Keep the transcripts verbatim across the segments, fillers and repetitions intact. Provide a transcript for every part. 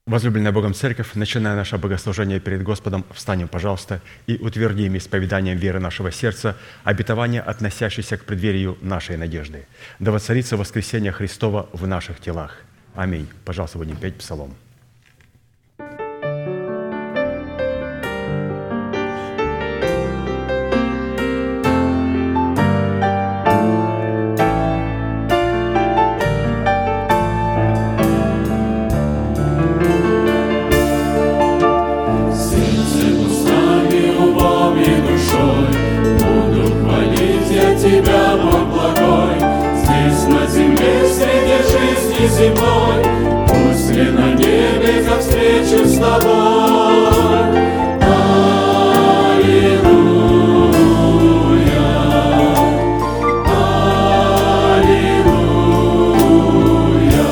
Возлюбленная Богом Церковь, начиная наше богослужение перед Господом, встанем, пожалуйста, и утвердим исповеданием веры нашего сердца обетование, относящееся к преддверию нашей надежды. Да воцарится воскресение Христова в наших телах. Аминь. Пожалуйста, будем петь псалом. Земной, пусть ли на небе ко встречу с тобой. Аллилуйя, аллилуйя.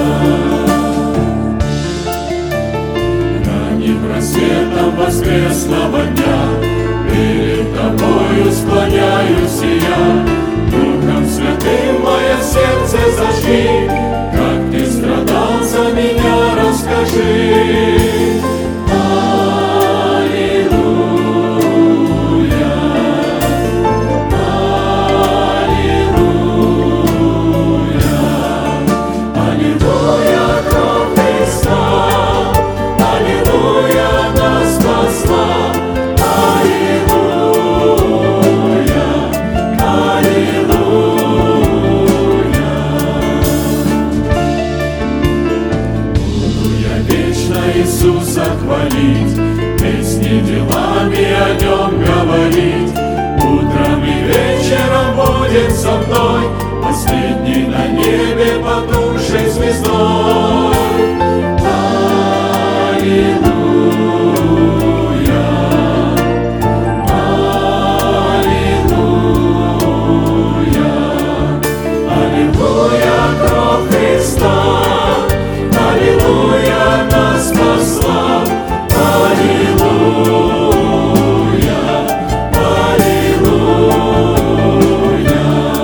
Ранним рассветом воскресного дня перед тобою склоняюсь и я. Духом Святым мое сердце зажги. Страдал за меня, расскажи. Аллилуйя, аллилуйя, аллилуйя, кровь Христа, аллилуйя, нас спасла. Аллилуйя, аллилуйя. Иисуса хвалить, песни делами о нем говорить. Утром и вечером будет со мной, последний на небе потухшей звездой. Аллилуйя, аллилуйя, аллилуйя, кровь Христа. Аллилуйя, нас спасла. Аллилуйя, аллилуйя.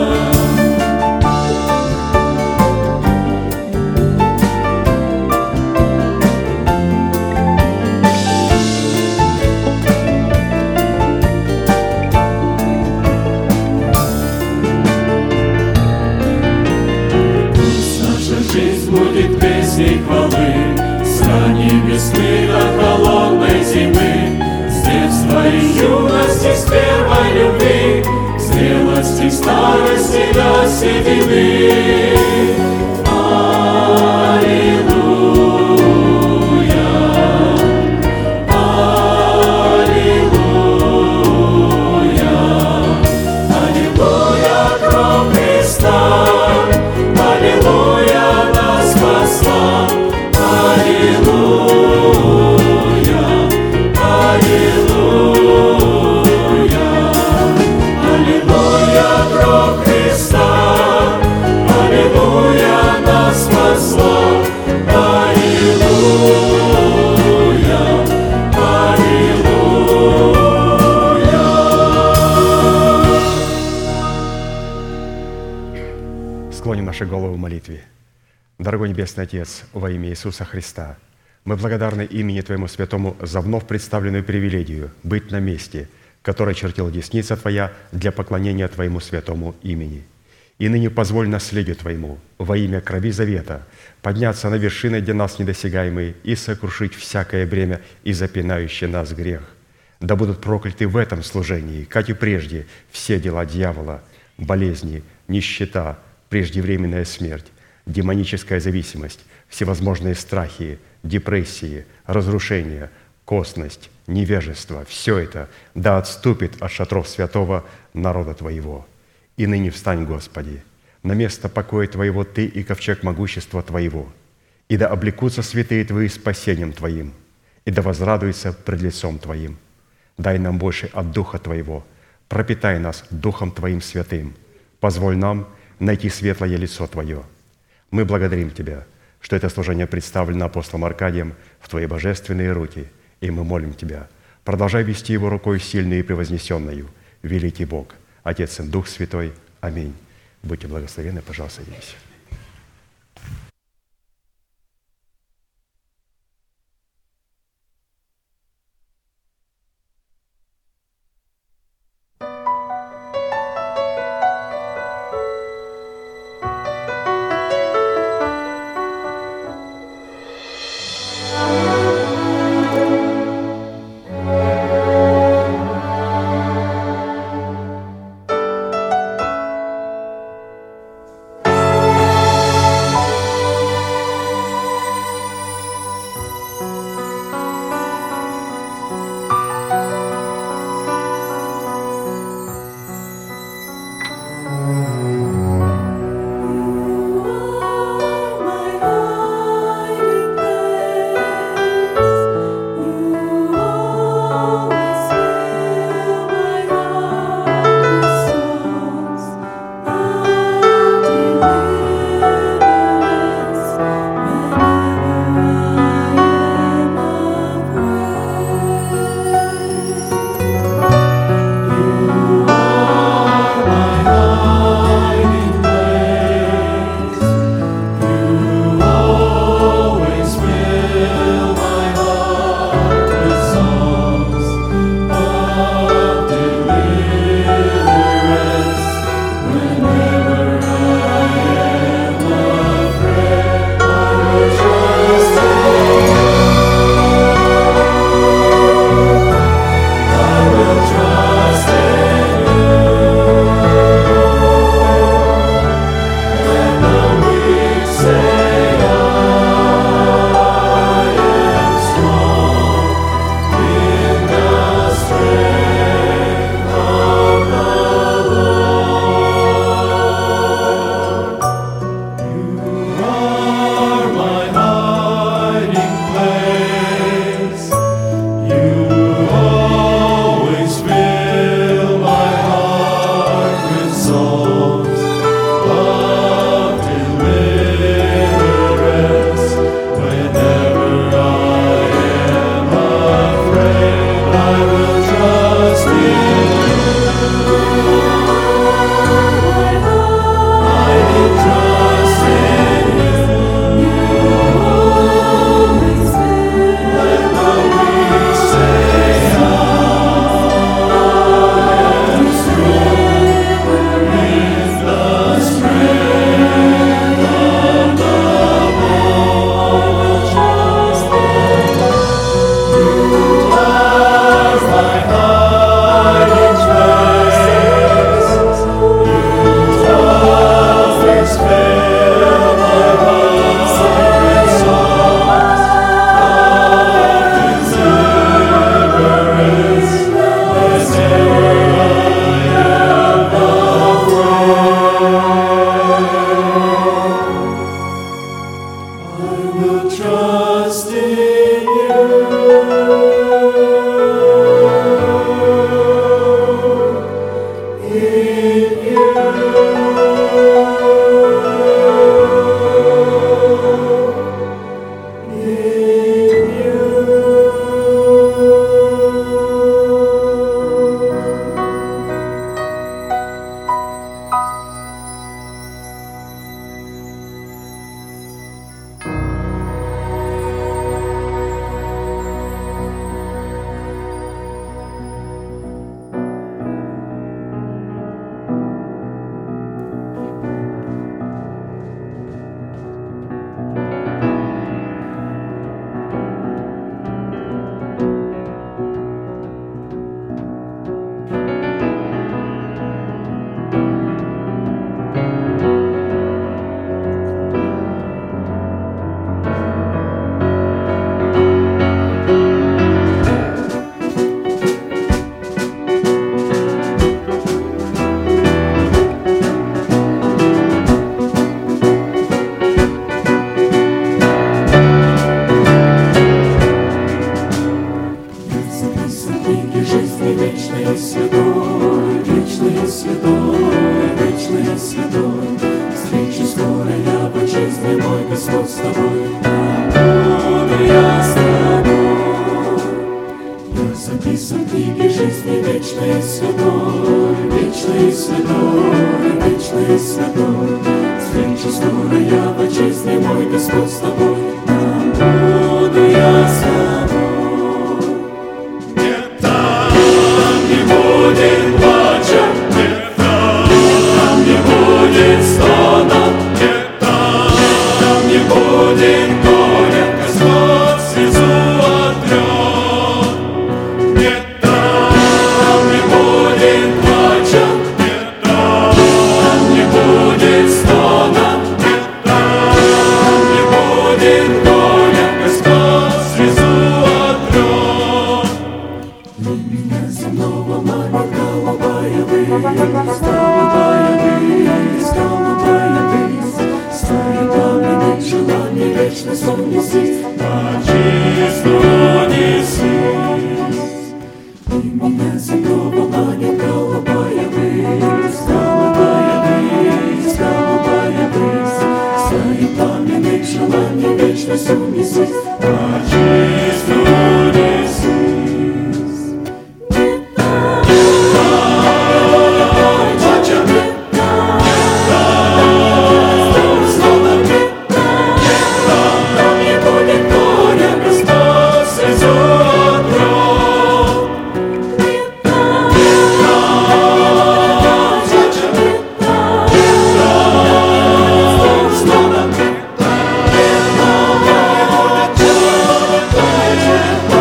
Пусть наша жизнь будет песней хвалы, с ранней весны до холодной зимы, с детства и юности, с первой любви, с зрелости, старости до седины. Аллилуйя, аллилуйя, аллилуйя, кровь Христа, аллилуйя, нас спасла. Аллилуйя, аллилуйя, аллилуйя, кровь Христа, аллилуйя, нас спасла. Аллилуйя, аллилуйя. Склоним наши головы в молитве. Дорогой Небесный Отец, во имя Иисуса Христа, мы благодарны имени Твоему Святому за вновь представленную привилегию быть на месте, которое чертила десница Твоя для поклонения Твоему Святому имени. И ныне позволь наследию Твоему во имя крови завета подняться на вершины для нас недосягаемые и сокрушить всякое бремя и запинающий нас грех. Да будут прокляты в этом служении, как и прежде, все дела дьявола, болезни, нищета, преждевременная смерть, демоническая зависимость, всевозможные страхи, депрессии, разрушения, косность, невежество – все это да отступит от шатров святого народа Твоего. И ныне встань, Господи, на место покоя Твоего Ты и ковчег могущества Твоего, и да облекутся святые Твои спасением Твоим, и да возрадуются пред лицом Твоим. Дай нам больше от Духа Твоего, пропитай нас Духом Твоим святым, позволь нам найти светлое лицо Твое. Мы благодарим Тебя, что это служение представлено апостолом Аркадием в Твои божественные руки, и мы молим Тебя, продолжай вести его рукой сильной и превознесенную, великий Бог, Отец и Дух Святой. Аминь. Будьте благословенны, пожалуйста, садитесь. will trust in you, in Thank you.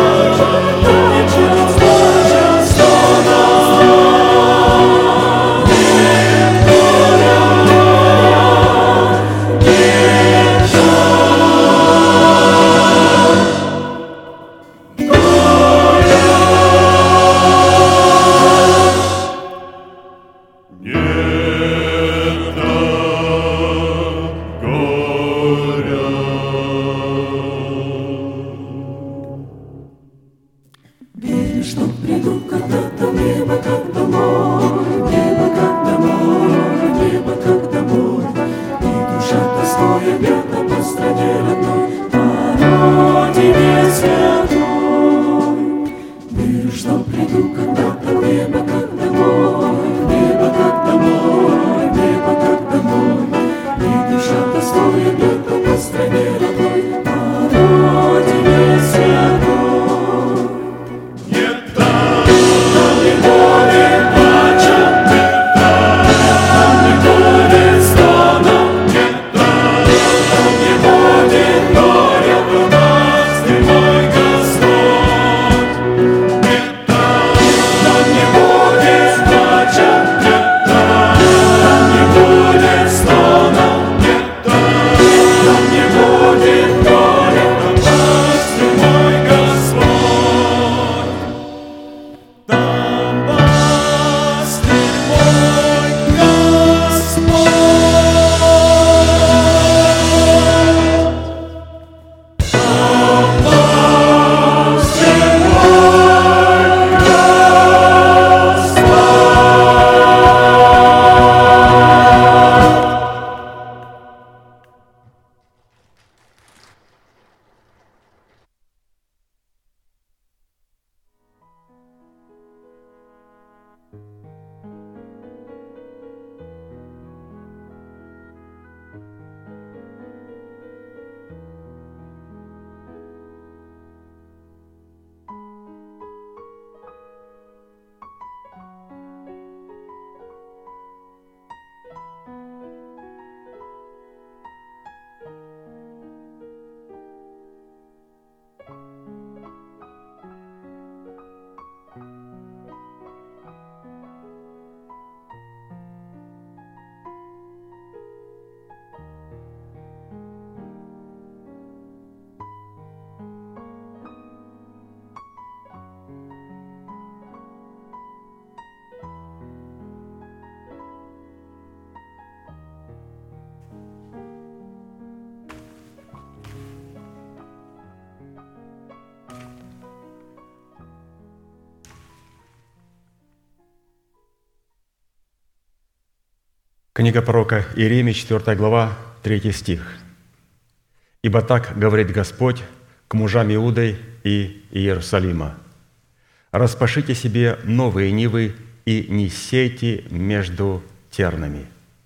Книга пророка Иеремии, четвёртая глава, третий стих. «Ибо так говорит Господь к мужам Иуды и Иерусалима: распашите себе новые нивы и не сейте между тернами».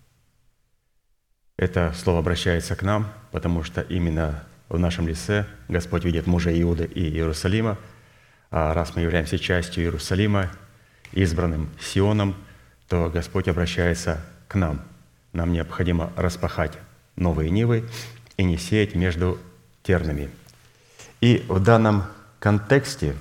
Это слово обращается к нам, потому что именно в нашем лице Господь видит мужей Иуды и Иерусалима. А раз мы являемся частью Иерусалима, избранным Сионом, то Господь обращается к нам. Нам необходимо распахать новые нивы и не сеять между тернами. И в данном контексте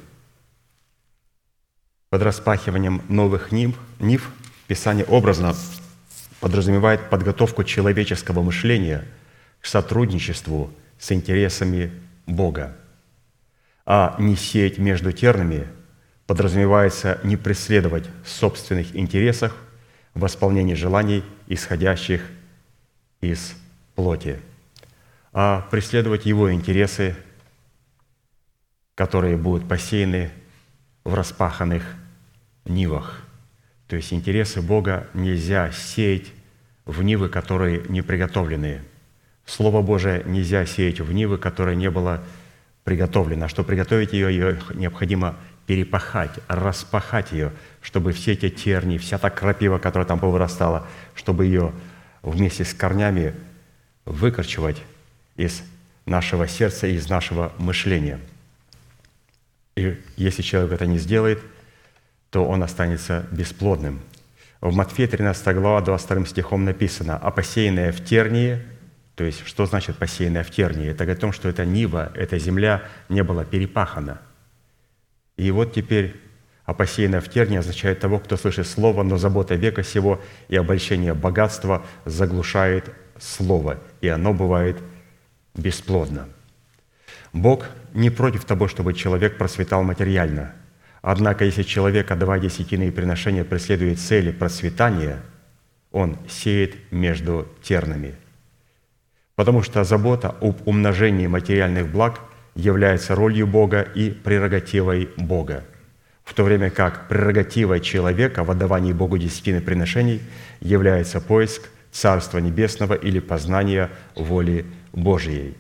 под распахиванием новых нив, нив Писание образно подразумевает подготовку человеческого мышления к сотрудничеству с интересами Бога. А не сеять между тернами подразумевается не преследовать собственных интересов в восполнении желаний, исходящих из плоти, а преследовать Его интересы, которые будут посеяны в распаханных нивах. То есть интересы Бога нельзя сеять в нивы, которые не приготовлены. Слово Божие нельзя сеять в нивы, которые не было приготовлено. А чтобы приготовить ее, ее необходимо перепахать, распахать ее, чтобы все эти терни, вся та крапива, которая там повырастала, чтобы ее вместе с корнями выкорчевать из нашего сердца и из нашего мышления. И если человек это не сделает, то он останется бесплодным. В Матфея тринадцатая глава, двадцать вторым стихом написано: «А посеянное в тернии», то есть что значит посеянное в тернии? Это говорит о том, что эта нива, эта земля не была перепахана. И вот теперь «а посеянное в тернии» означает того, кто слышит слово, но забота века сего и обольщение богатства заглушает слово, и оно бывает бесплодно. Бог не против того, чтобы человек процветал материально. Однако, если человек, отдавая десятины и приношения, преследует цели процветания, он сеет между тернами. Потому что забота об умножении материальных благ является ролью Бога и прерогативой Бога, в то время как прерогативой человека в отдавании Богу десятины приношений является поиск Царства Небесного или познание воли Божьей.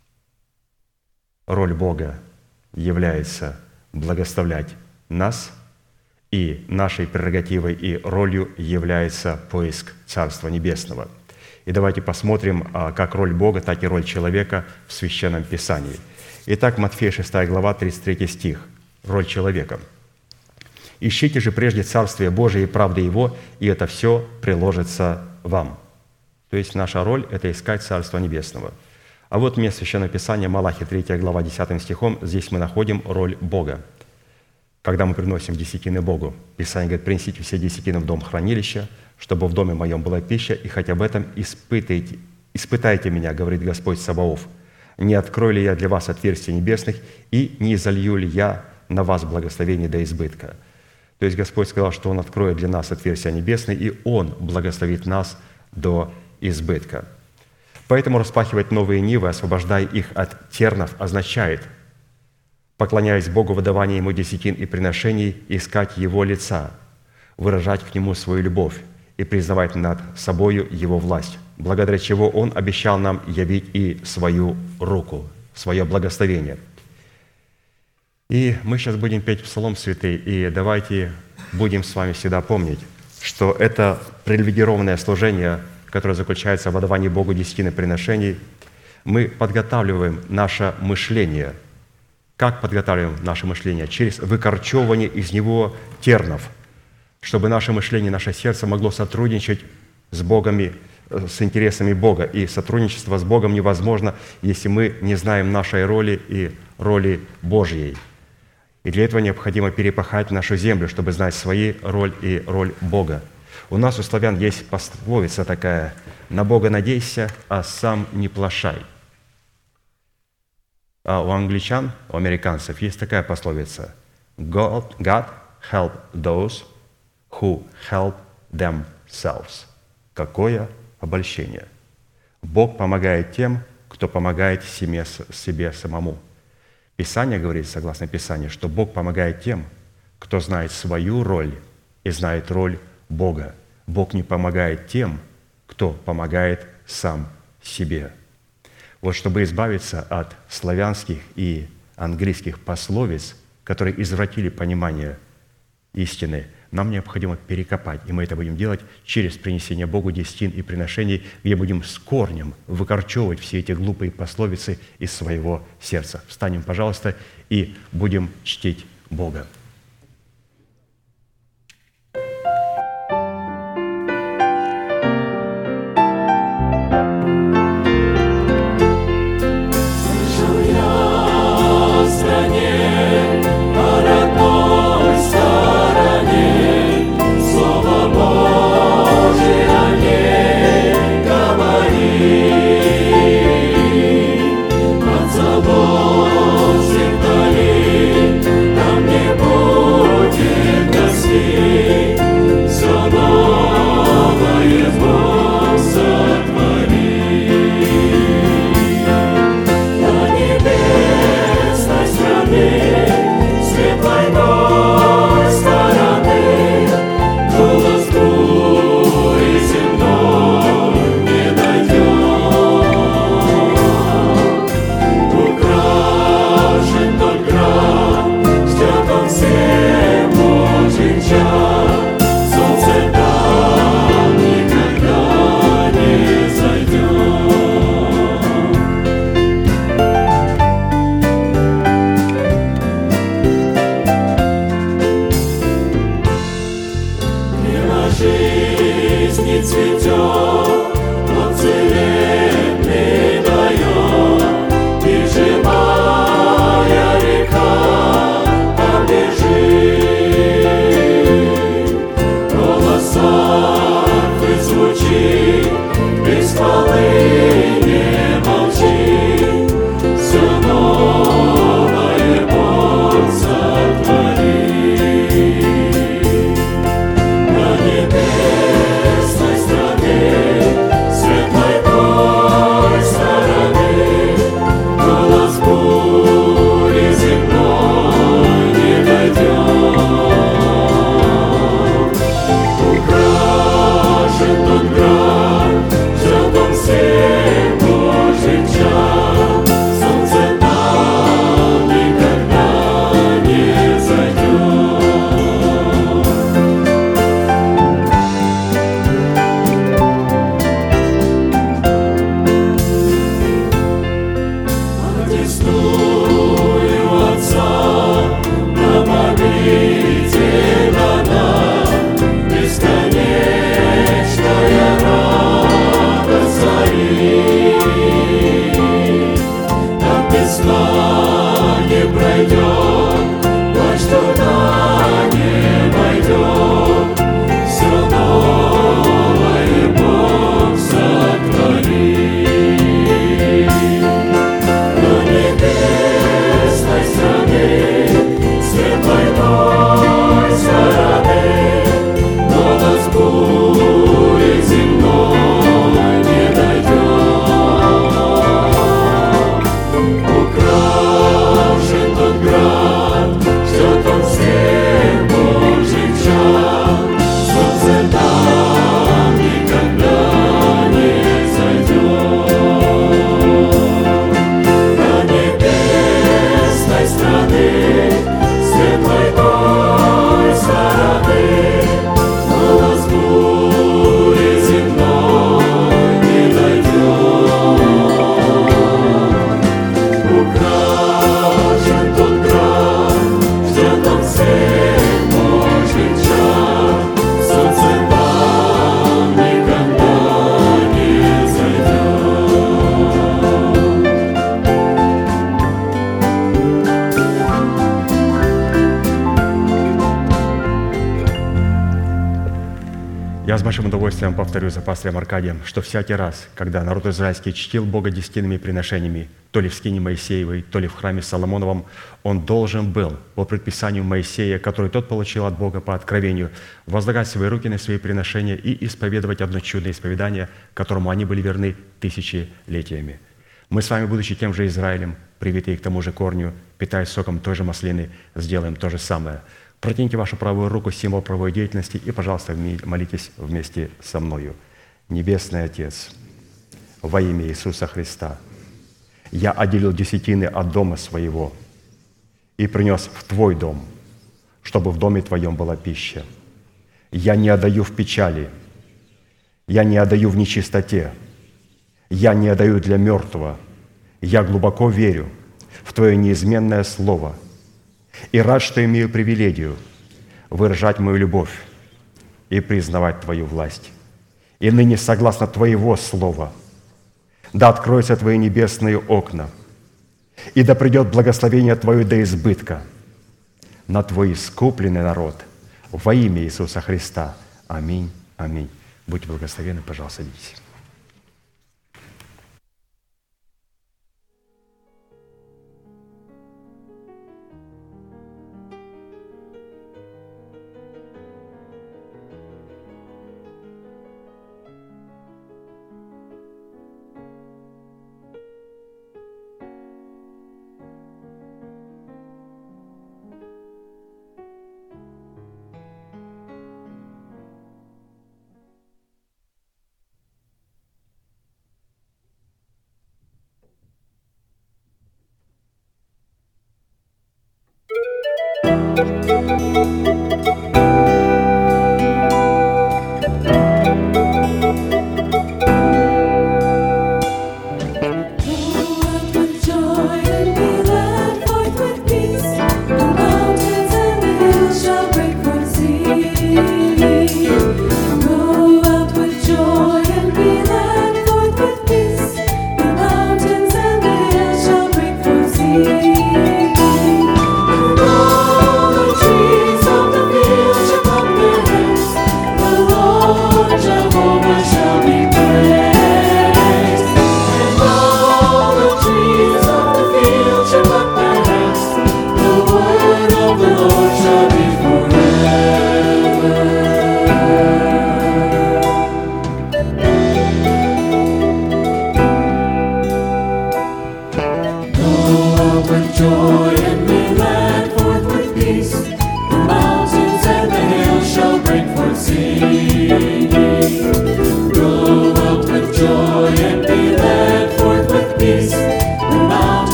Роль Бога является благословлять нас, и нашей прерогативой и ролью является поиск Царства Небесного. И давайте посмотрим, как роль Бога, так и роль человека в Священном Писании. Итак, Матфея шестая глава, тридцать третий стих. Роль человека. «Ищите же прежде Царствие Божие и правды Его, и это все приложится вам». То есть наша роль – это искать Царство Небесного. А вот место Священного Писания, Малахия третья глава, десятым стихом, здесь мы находим роль Бога. Когда мы приносим десятины Богу, Писание говорит: «Принесите все десятины в дом хранилища, чтобы в доме моем была пища, и хотя об этом испытайте, испытайте меня, говорит Господь Саваоф, не открою ли я для вас отверстий небесных, и не изолью ли я на вас благословение до избытка». То есть Господь сказал, что Он откроет для нас отверстия небесные, и Он благословит нас до избытка. Поэтому распахивать новые нивы, освобождая их от тернов, означает, поклоняясь Богу в выдавании Ему десятин и приношений, искать Его лица, выражать к Нему свою любовь и признавать над собою Его власть, благодаря чего Он обещал нам явить и свою руку, свое благословение. И мы сейчас будем петь Псалом святый, и давайте будем с вами всегда помнить, что это привилегированное служение, которое заключается в отдавании Богу десятины приношений, мы подготавливаем наше мышление. Как подготавливаем наше мышление? Через выкорчевывание из него тернов, чтобы наше мышление, наше сердце могло сотрудничать с Богом, с интересами Бога. И сотрудничество с Богом невозможно, если мы не знаем нашей роли и роли Божьей. И для этого необходимо перепахать нашу землю, чтобы знать свою роль и роль Бога. У нас, у славян, есть пословица такая: «На Бога надейся, а сам не плашай». А у англичан, у американцев есть такая пословица: God, God help those who help themselves. Какое обольщение! Бог помогает тем, кто помогает себе, себе самому. Писание говорит, согласно Писанию, что Бог помогает тем, кто знает свою роль и знает роль Бога. Бог не помогает тем, кто помогает сам себе». Вот чтобы избавиться от славянских и английских пословиц, которые извратили понимание истины, нам необходимо перекопать, и мы это будем делать через принесение Богу десятин и приношений, где будем с корнем выкорчевывать все эти глупые пословицы из своего сердца. Встанем, пожалуйста, и будем чтить Бога. Я с большим удовольствием повторю за пастырем Аркадием, что всякий раз, когда народ израильский чтил Бога десятинными приношениями, то ли в скине Моисеевой, то ли в храме Соломоновом, он должен был, по предписанию Моисея, который тот получил от Бога по откровению, возлагать свои руки на свои приношения и исповедовать одно чудное исповедание, которому они были верны тысячелетиями. Мы с вами, будучи тем же Израилем, привитые к тому же корню, питаясь соком той же маслины, сделаем то же самое. Протяните вашу правую руку, символ правовой деятельности, и, пожалуйста, молитесь вместе со мною. Небесный Отец, во имя Иисуса Христа, я отделил десятины от дома своего и принес в Твой дом, чтобы в доме Твоем была пища. Я не отдаю в печали, я не отдаю в нечистоте, я не отдаю для мертвого. Я глубоко верю в Твое неизменное Слово и рад, что имею привилегию выражать мою любовь и признавать Твою власть. И ныне, согласно Твоего Слова, да откроются Твои небесные окна, и да придет благословение Твое до избытка на Твой искупленный народ во имя Иисуса Христа. Аминь. Аминь. Будьте благословенны, пожалуйста, садитесь.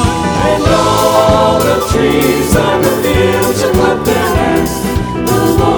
Trees on the field shall clap their hands. The Lord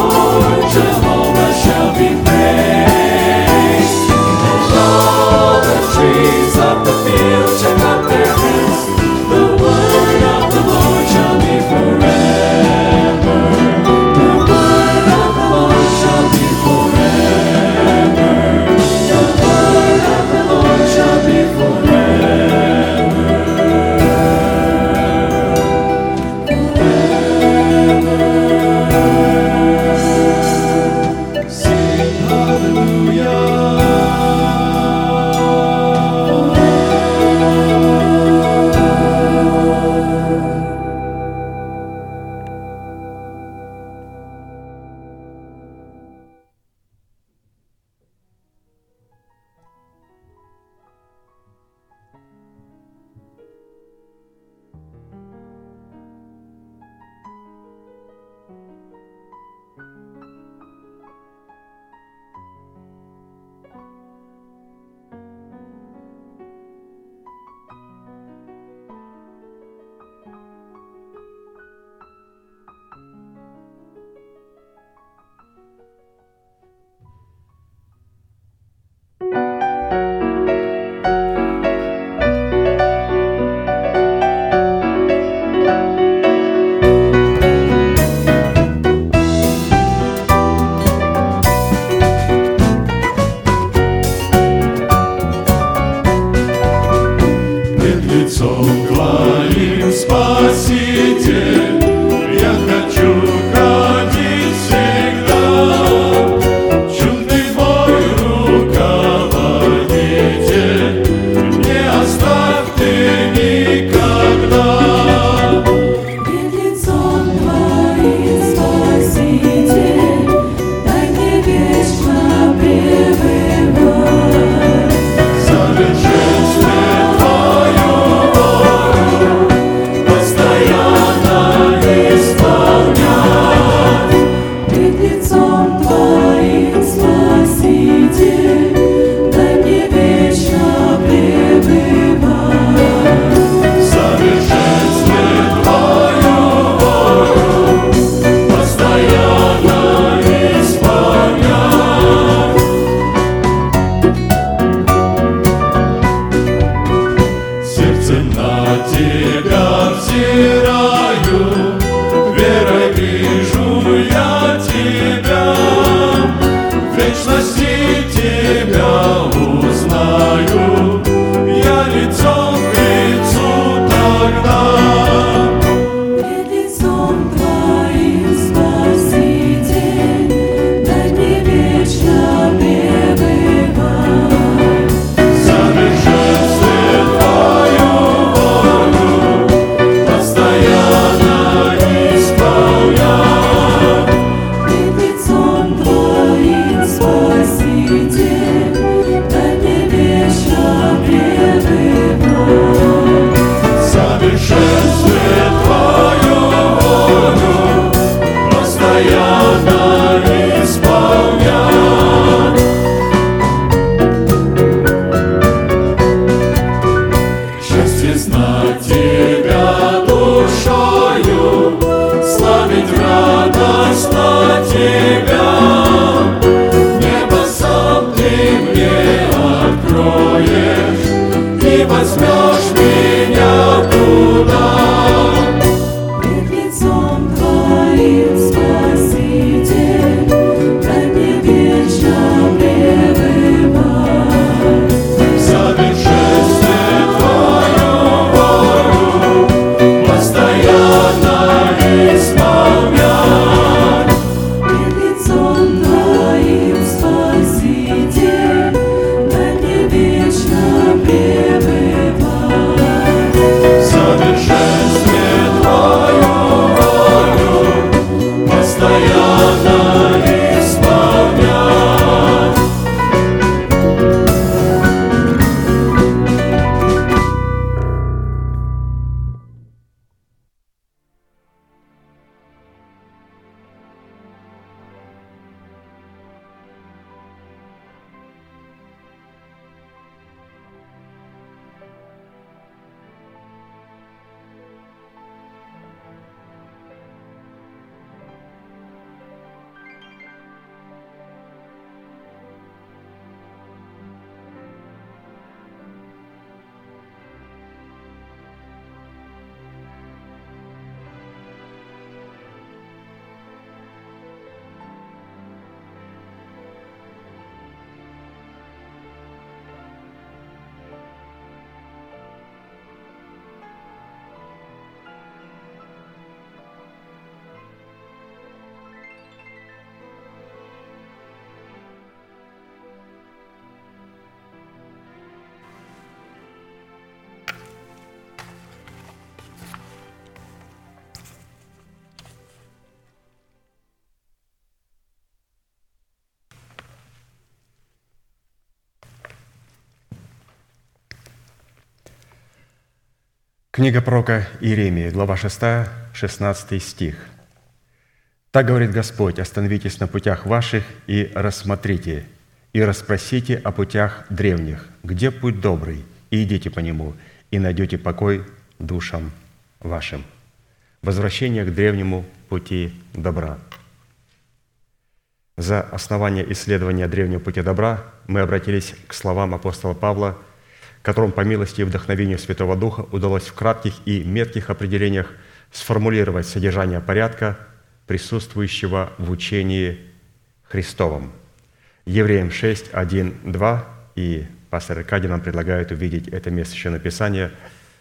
постоянно исполнять. Счастье знать Тебя душою, славить радостно Тебя. Небо сам Ты мне откроешь и возьмешь меня туда. Пред лицом Твоим, Спаситель, дай мне вечно пребывать. Совершенстве Твою волю постоянно исполнять. Пред лицом Твоим, Спаситель, дай мне вечно пребывать. Совершенстве Твою волю постоянно исполнять. Книга пророка Иеремии, глава шестая, шестнадцатый стих. «Так говорит Господь: остановитесь на путях ваших и рассмотрите, и расспросите о путях древних, где путь добрый, и идите по нему, и найдете покой душам вашим». Возвращение к древнему пути добра. За основание исследования древнего пути добра мы обратились к словам апостола Павла, которому по милости и вдохновению Святого Духа удалось в кратких и метких определениях сформулировать содержание порядка, присутствующего в учении Христовом. Евреям шесть, один, два, и пастор Аркадий нам предлагает увидеть это место Священного Писания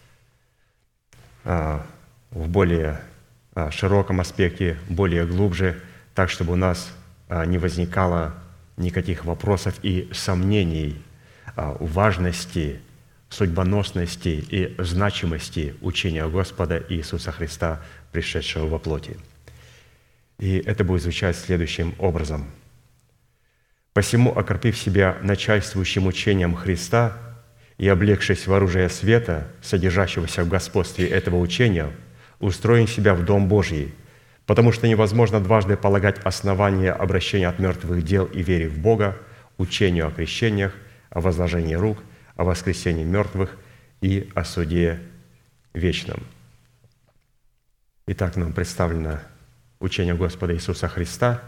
в более широком аспекте, более глубже, так, чтобы у нас не возникало никаких вопросов и сомнений в важности, судьбоносности и значимости учения Господа Иисуса Христа, пришедшего во плоти. И это будет звучать следующим образом. «Посему, окропив себя начальствующим учением Христа и облегшись в оружие света, содержащегося в господстве этого учения, устроим себя в Дом Божий, потому что невозможно дважды полагать основания обращения от мертвых дел и вере в Бога, учению о крещениях, о возложении рук, о воскресении мертвых и о суде вечном». Итак, нам представлено учение Господа Иисуса Христа,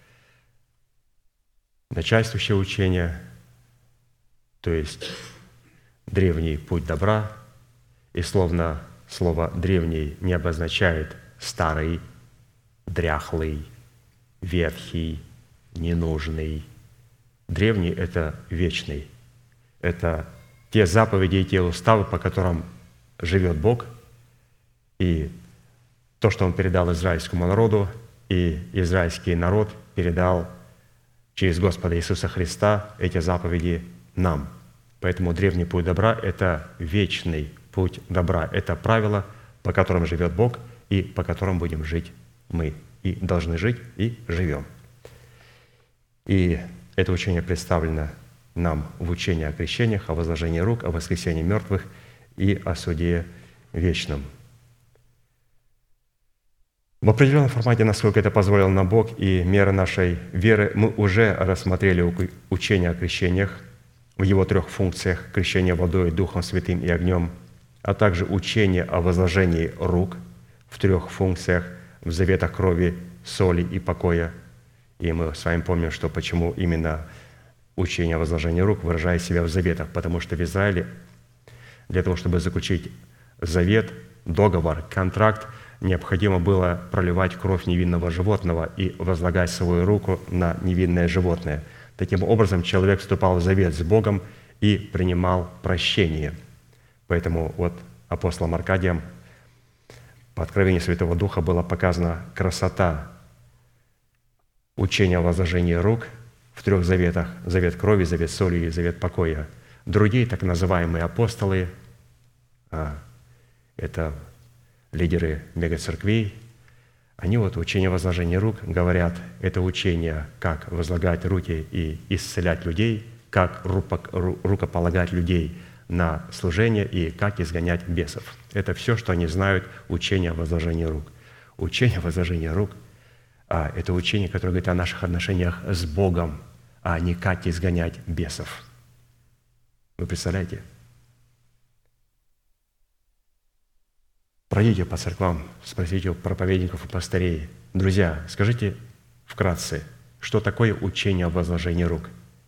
начальствующее учение, то есть древний путь добра, и словно слово «древний» не обозначает старый, дряхлый, ветхий, ненужный. Древний – это вечный. Это те заповеди и те уставы, по которым живет Бог, и то, что Он передал израильскому народу, и израильский народ передал через Господа Иисуса Христа эти заповеди нам. Поэтому древний путь добра – это вечный путь добра. Это правила, по которым живет Бог и по которым будем жить мы. И должны жить, и живем. И это учение представлено нам в учении о крещениях, о возложении рук, о воскресении мертвых и о суде вечном. В определенном формате, насколько это позволил нам Бог и мера нашей веры, мы уже рассмотрели учение о крещениях в его трех функциях – крещение водой, Духом Святым и огнем, а также учение о возложении рук в трех функциях – в заветах крови, соли и покоя. И мы с вами помним, что почему именно учение о возложении рук выражает себя в заветах, потому что в Израиле для того, чтобы заключить завет, договор, контракт, необходимо было проливать кровь невинного животного и возлагать свою руку на невинное животное. Таким образом, человек вступал в завет с Богом и принимал прощение. Поэтому вот апостолом Аркадием по откровению Святого Духа была показана красота учения о возложении рук в трех заветах – завет крови, завет соли и завет покоя. Другие так называемые апостолы а, – это лидеры мегацерквей, они вот учение о возложении рук говорят, это учение, как возлагать руки и исцелять людей, как рукополагать людей на служение и как изгонять бесов. Это все, что они знают, учение о возложении рук. Учение о возложении рук а, – это учение, которое говорит о наших отношениях с Богом, а не как изгонять бесов. Вы представляете? Пройдите по церквам, спросите у проповедников и пастырей. Друзья, скажите вкратце, что такое учение о возложении рук?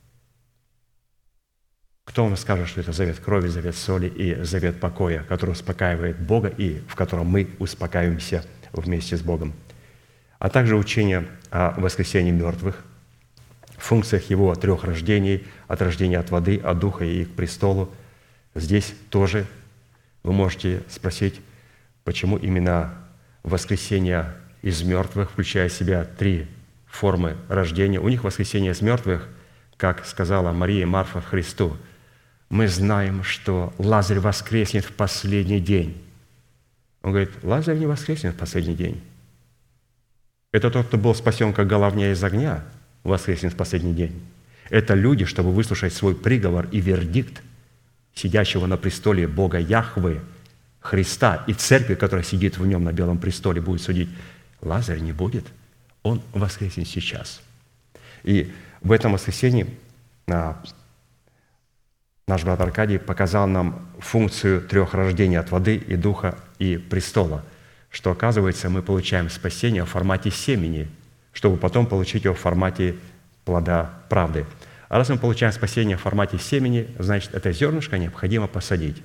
Кто вам скажет, что это завет крови, завет соли и завет покоя, который успокаивает Бога и в котором мы успокаиваемся вместе с Богом? А также учение о воскресении мертвых, функциях Его трех рождений, от рождения от воды, от Духа и к престолу. Здесь тоже вы можете спросить, почему именно воскресение из мертвых, включая в себя три формы рождения. У них воскресение из мертвых, как сказала Мария Марфа Христу, мы знаем, что Лазарь воскреснет в последний день. Он говорит, Лазарь не воскреснет в последний день. Это тот, кто был спасен как головня из огня, воскреснет в последний день. Это люди, чтобы выслушать свой приговор и вердикт сидящего на престоле Бога Яхвы, Христа и церкви, которая сидит в нем на белом престоле, будет судить. Лазарь не будет, он воскреснет сейчас. И в этом воскресенье наш брат Аркадий показал нам функцию трех рождений от воды и духа и престола, что, оказывается, мы получаем спасение в формате семени, чтобы потом получить его в формате плода правды. А раз мы получаем спасение в формате семени, значит, это зернышко необходимо посадить.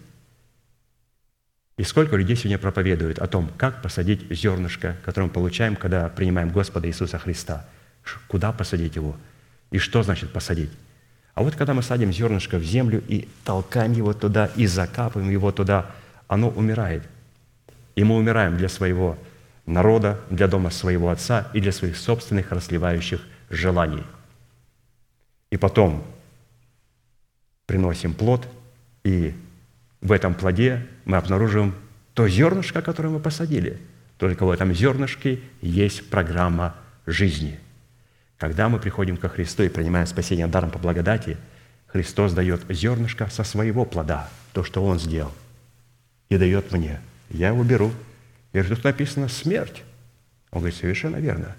И сколько людей сегодня проповедуют о том, как посадить зернышко, которое мы получаем, когда принимаем Господа Иисуса Христа. Куда посадить его? И что значит посадить? А вот когда мы садим зернышко в землю и толкаем его туда, и закапываем его туда, оно умирает. И мы умираем для своего народа, для дома своего Отца и для своих собственных расливающих желаний. И потом приносим плод, и в этом плоде мы обнаруживаем то зернышко, которое мы посадили. Только в этом зернышке есть программа жизни. Когда мы приходим ко Христу и принимаем спасение даром по благодати, Христос дает зернышко со своего плода, то, что Он сделал, и дает мне. Я его беру. Я говорю, тут написано «смерть». Он говорит, совершенно верно.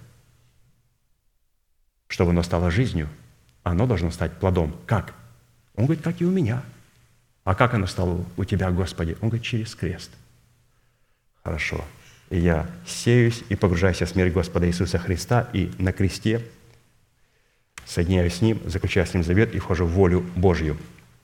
Чтобы оно стало жизнью, оно должно стать плодом. Как? Он говорит, как и у меня. А как оно стало у тебя, Господи? Он говорит, через крест. Хорошо. И я сеюсь и погружаюсь в смерть Господа Иисуса Христа, и на кресте соединяюсь с Ним, заключаю с Ним завет и вхожу в волю Божью.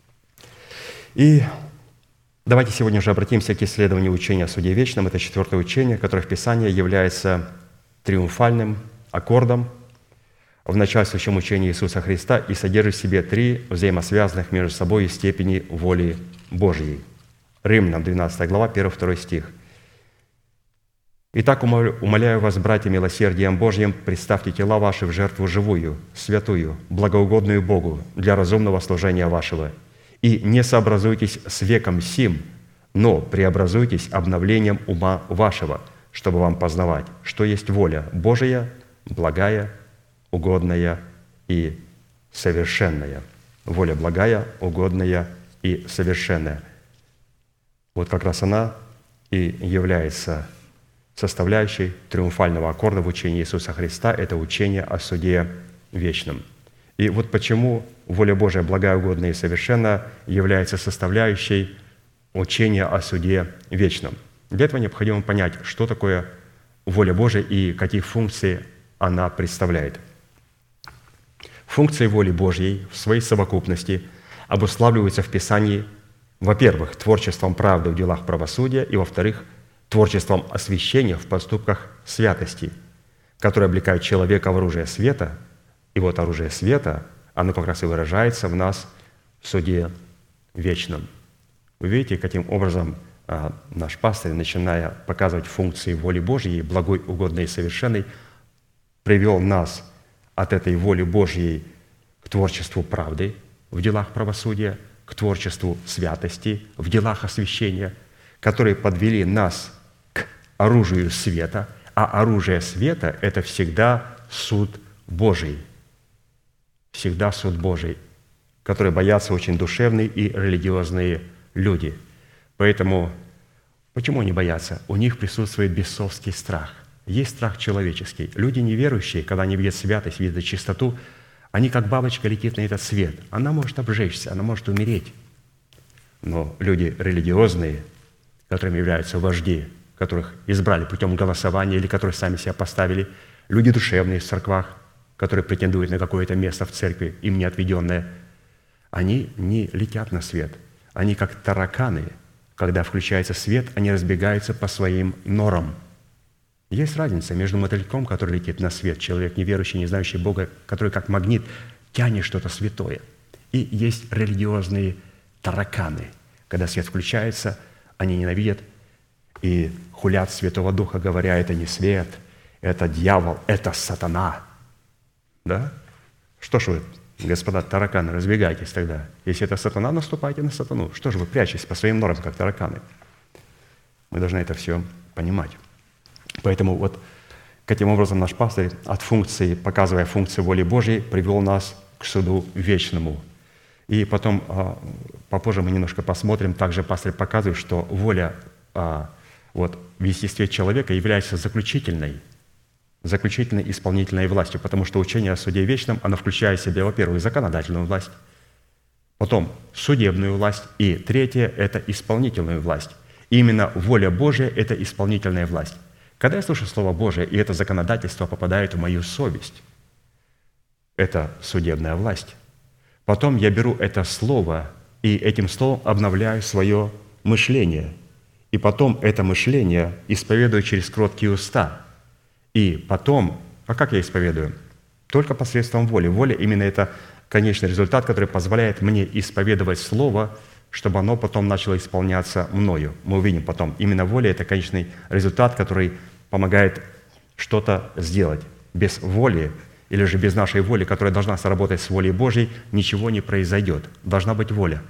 И давайте сегодня уже обратимся к исследованию учения о суде вечном. Это четвертое учение, которое в Писании является триумфальным аккордом в начальствующем учении Иисуса Христа и содержит в себе три взаимосвязанных между собой степени воли Божьей. Римлянам двенадцатая глава, первый-второй стих. «Итак, умоляю вас, братья, милосердием Божьим, представьте тела ваши в жертву живую, святую, благоугодную Богу для разумного служения вашего. И не сообразуйтесь с веком сим, но преобразуйтесь обновлением ума вашего, чтобы вам познавать, что есть воля Божия, благая, угодная и совершенная». Воля благая, угодная и совершенная. Вот как раз она и является составляющей триумфального аккорда в учении Иисуса Христа – это учение о суде вечном. И вот почему воля Божия, благая, угодная и совершенна, является составляющей учения о суде вечном. Для этого необходимо понять, что такое воля Божия и какие функции она представляет. Функции воли Божьей в своей совокупности обуславливаются в Писании, во-первых, творчеством правды в делах правосудия, и, во-вторых, творчеством освящения в поступках святости, которые облекают человека в оружие света. И вот оружие света, оно как раз и выражается в нас в суде вечном. Вы видите, каким образом а, наш пастырь, начиная показывать функции воли Божьей, благой, угодной и совершенной, привел нас от этой воли Божьей к творчеству правды в делах правосудия, к творчеству святости в делах освящения, которые подвели нас к оружию света, а оружие света – это всегда суд Божий. Всегда суд Божий, который боятся очень душевные и религиозные люди. Поэтому почему они боятся? У них присутствует бесовский страх. Есть страх человеческий. Люди неверующие, когда они видят святость, видят чистоту, они как бабочка летит на этот свет. Она может обжечься, она может умереть. Но люди религиозные, которыми являются вожди, которых избрали путем голосования или которые сами себя поставили, люди душевные в церквах, которые претендуют на какое-то место в церкви, им не отведенное, они не летят на свет. Они как тараканы. Когда включается свет, они разбегаются по своим норам. Есть разница между мотыльком, который летит на свет, человек неверующий, не знающий Бога, который как магнит тянет что-то святое. И есть религиозные тараканы. Когда свет включается, они ненавидят и хулят Святого Духа, говоря, это не свет, это дьявол, это сатана. Да? Что ж вы, господа тараканы, разбегайтесь тогда. Если это сатана, наступайте на сатану. Что же вы прячетесь по своим нормам, как тараканы? Мы должны это все понимать. Поэтому вот каким образом наш пастырь от функции, показывая функции воли Божьей, привел нас к суду вечному. И потом, попозже мы немножко посмотрим, также пастырь показывает, что воля вот, в естестве человека является заключительной, заключительной исполнительной властью, потому что учение о суде вечном, оно включает в себя, во-первых, законодательную власть, потом судебную власть, и третье – это исполнительную власть. И именно воля Божия – это исполнительная власть. Когда я слушаю Слово Божие, и это законодательство попадает в мою совесть, это судебная власть. Потом я беру это Слово, и этим Словом обновляю свое мышление. И потом это мышление исповедую через кроткие уста. И потом, а как я исповедую? Только посредством воли. Воля именно это конечный результат, который позволяет мне исповедовать Слово, чтобы оно потом начало исполняться мною. Мы увидим потом. Именно воля – это конечный результат, который помогает что-то сделать. Без воли или же без нашей воли, которая должна сработать с волей Божьей, ничего не произойдет. Должна быть воля.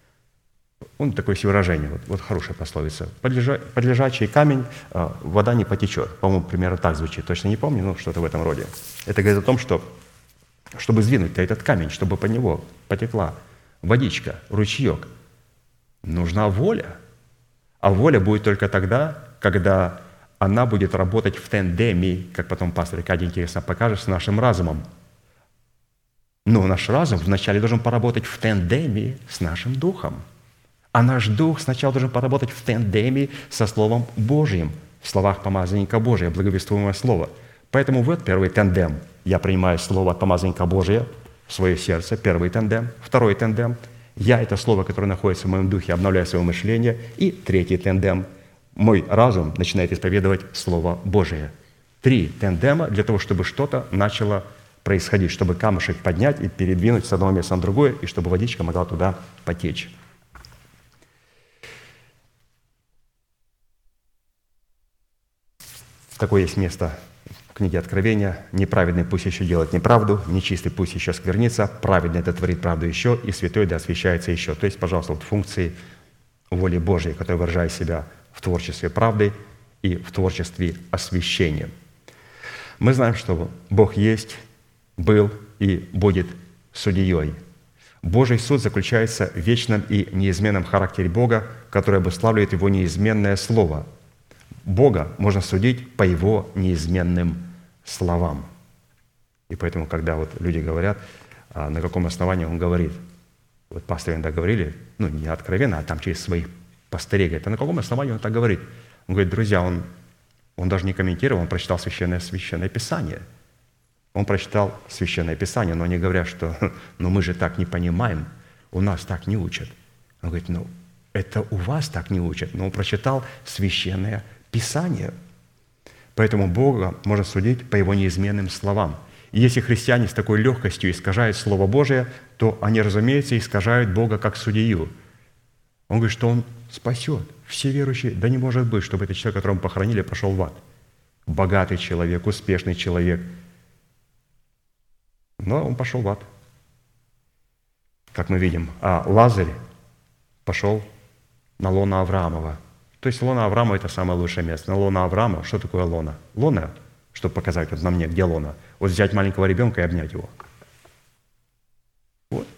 Он такое себе выражение, вот, вот хорошая пословица. Подлежа, подлежачий камень, э, вода не потечет. По-моему, примерно так звучит. Точно не помню, но что-то в этом роде. Это говорит о том, что чтобы сдвинуть этот камень, чтобы по него потекла водичка, ручеек, нужна воля. А воля будет только тогда, когда она будет работать в тандеме, как потом пастор Кадя интересно покажет, с нашим разумом. Но наш разум вначале должен поработать в тандеме с нашим духом. А наш дух сначала должен поработать в тандеме со Словом Божьим, в словах помазанника Божия, благовествуемое Слово. Поэтому вот первый тандем. Я принимаю Слово от помазанника Божия в свое сердце, первый тандем. Второй тандем. Я это Слово, которое находится в моем духе, обновляю свое мышление. И третий тандем. Мой разум начинает исповедовать Слово Божие. Три тандема для того, чтобы что-то начало происходить, чтобы камушек поднять и передвинуть с одного места на другое, и чтобы водичка могла туда потечь. Такое есть место в книге Откровения. «Неправедный пусть еще делает неправду, нечистый пусть еще сквернится, праведный это творит правду еще, и святой да освящается еще». То есть, пожалуйста, вот функции воли Божьей, которая выражает себя в творчестве правды и в творчестве освящения. Мы знаем, что Бог есть, был и будет судьей. Божий суд заключается в вечном и неизменном характере Бога, который обуславливает Его неизменное Слово. Бога можно судить по Его неизменным словам. И поэтому, когда вот люди говорят, а на каком основании Он говорит, вот пасторы иногда говорили, ну, не откровенно, а там через своих пастырей, говорит, а на каком основании Он так говорит? Он говорит, друзья, Он, он даже не комментировал, Он прочитал Священное, Священное Писание. Он прочитал Священное Писание, но они говорят, что ну мы же так не понимаем, у нас так не учат. Он говорит, ну это у вас так не учат, но он прочитал Священное Писание. Поэтому Бога можно судить по Его неизменным словам. И если христиане с такой легкостью искажают Слово Божие, то они, разумеется, искажают Бога как судью. Он говорит, что Он спасет. Все верующие, да не может быть, чтобы этот человек, которого похоронили, пошел в ад. Богатый человек, успешный человек. Но он пошел в ад, как мы видим. А Лазарь пошел на лоно Авраамова. То есть лоно Авраама – это самое лучшее место. На лоно Авраама, что такое лоно? Лоно, чтобы показать вот на мне, где лоно. Вот взять маленького ребенка и обнять его. Вот.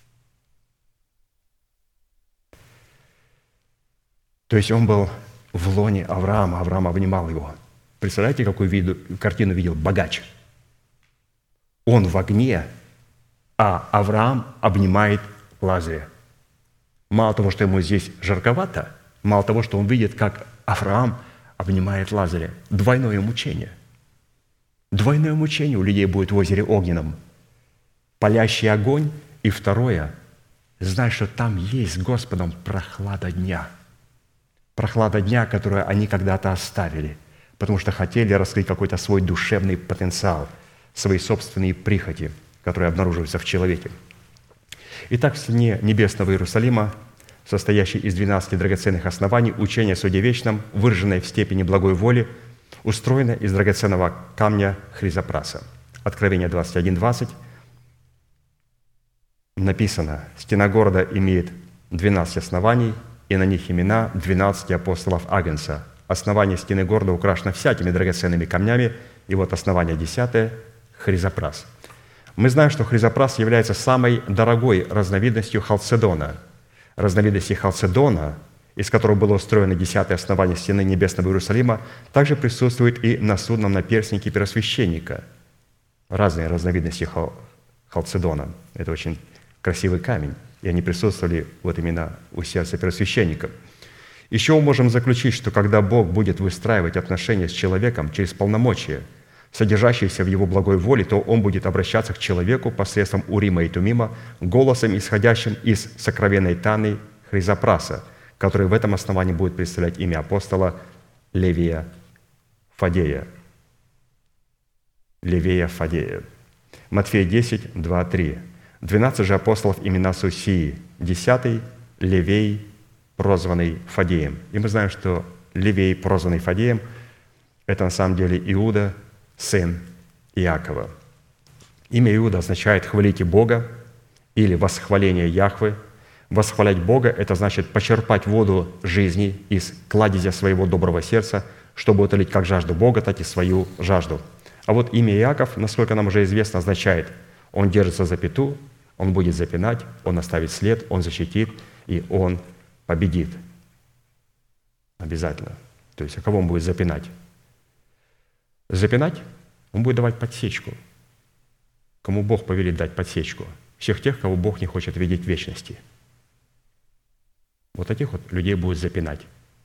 То есть он был в лоне Авраама, Авраам обнимал его. Представляете, какую виду, картину видел богач? Он в огне, а Авраам обнимает Лазаря. Мало того, что ему здесь жарковато, мало того, что он видит, как Авраам обнимает Лазаря. Двойное мучение. Двойное мучение у людей будет в озере Огненном. Палящий огонь. И второе, знай, что там есть с Господом прохлада дня. Прохлада дня, которую они когда-то оставили, потому что хотели раскрыть какой-то свой душевный потенциал, свои собственные прихоти, которые обнаруживаются в человеке. Итак, в стене небесного Иерусалима, состоящей из двенадцати драгоценных оснований, учение о суде вечном, выраженное в степени благой воли, устроено из драгоценного камня хризопраса. Откровение двадцать один двадцать написано: «Стена города имеет двенадцать оснований, и на них имена двенадцати апостолов Агнца. Основание стены города украшено всякими драгоценными камнями, и вот основание десятое – хризопрас». Мы знаем, что хризопрас является самой дорогой разновидностью халцедона. Разновидности халцедона, из которого было устроено десятое основание стены небесного Иерусалима, также присутствует и на судном наперстнике первосвященника. Разные разновидности хал- халцедона. Это очень красивый камень, и они присутствовали вот именно у сердца первосвященника. Еще мы можем заключить, что когда Бог будет выстраивать отношения с человеком через полномочия, содержащиеся в Его благой воле, то Он будет обращаться к человеку посредством Урима и Тумима, голосом, исходящим из сокровенной тайны хризопраса, который в этом основании будет представлять имя апостола Левия Фадея. Левия Фадея. Матфея десять, два, три. «Двенадцать же апостолов имена Сусии, десятый – Левей, прозванный Фадеем». И мы знаем, что Левей, прозванный Фадеем, это на самом деле Иуда, сын Иакова. Имя Иуда означает «хвалите Бога» или «восхваление Яхвы». Восхвалять Бога – это значит почерпать воду жизни из кладезя своего доброго сердца, чтобы утолить как жажду Бога, так и свою жажду. А вот имя Иаков, насколько нам уже известно, означает «он держится за пяту», «он будет запинать», «он оставит след», «он защитит» и «он победит». Обязательно. То есть, а кого он будет запинать? Запинать? Он будет давать подсечку. Кому Бог повелит дать подсечку? Всех тех, кого Бог не хочет видеть в вечности. Вот таких вот людей будет запинать.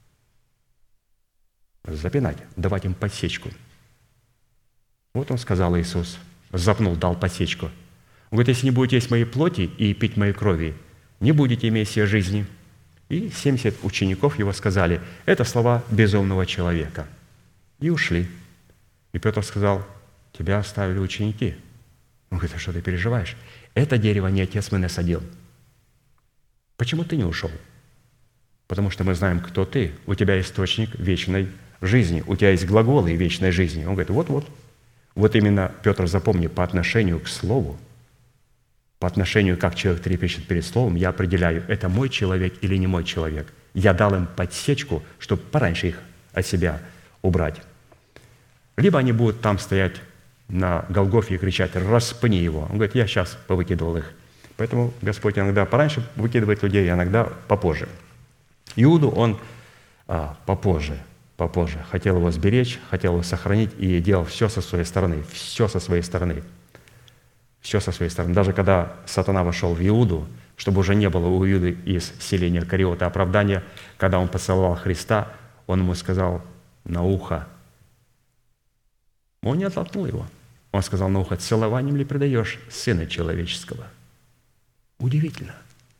Запинать, давать им подсечку. Вот он сказал Иисус, запнул, дал подсечку. Он говорит, если не будете есть моей плоти и пить моей крови, не будете иметь себе жизни. И семьдесят учеников его сказали, это слова безумного человека. И ушли. И Петр сказал, тебя оставили ученики. Он говорит, а что ты переживаешь? Это дерево не отец мой насадил. Почему ты не ушел? Потому что мы знаем, кто ты. У тебя источник вечной жизни. У тебя есть глаголы вечной жизни. Он говорит, вот-вот. Вот именно, Петр, запомни, по отношению к Слову, по отношению, как человек трепещет перед Словом, я определяю, это мой человек или не мой человек. Я дал им подсечку, чтобы пораньше их от себя убрать. Либо они будут там стоять на Голгофе и кричать, распни его. Он говорит, я сейчас повыкидывал их. Поэтому Господь иногда пораньше выкидывает людей, а иногда попозже. Иуду он а, попозже. попозже. Хотел его сберечь, хотел его сохранить и делал все со своей стороны. Все со своей стороны. Все со своей стороны. Даже когда сатана вошел в Иуду, чтобы уже не было у Иуды из селения Кариота оправдания, когда он поцеловал Христа, он ему сказал на ухо. Он не оттолкнул его. Он сказал на ухо: целованием ли предаешь Сына Человеческого? Удивительно.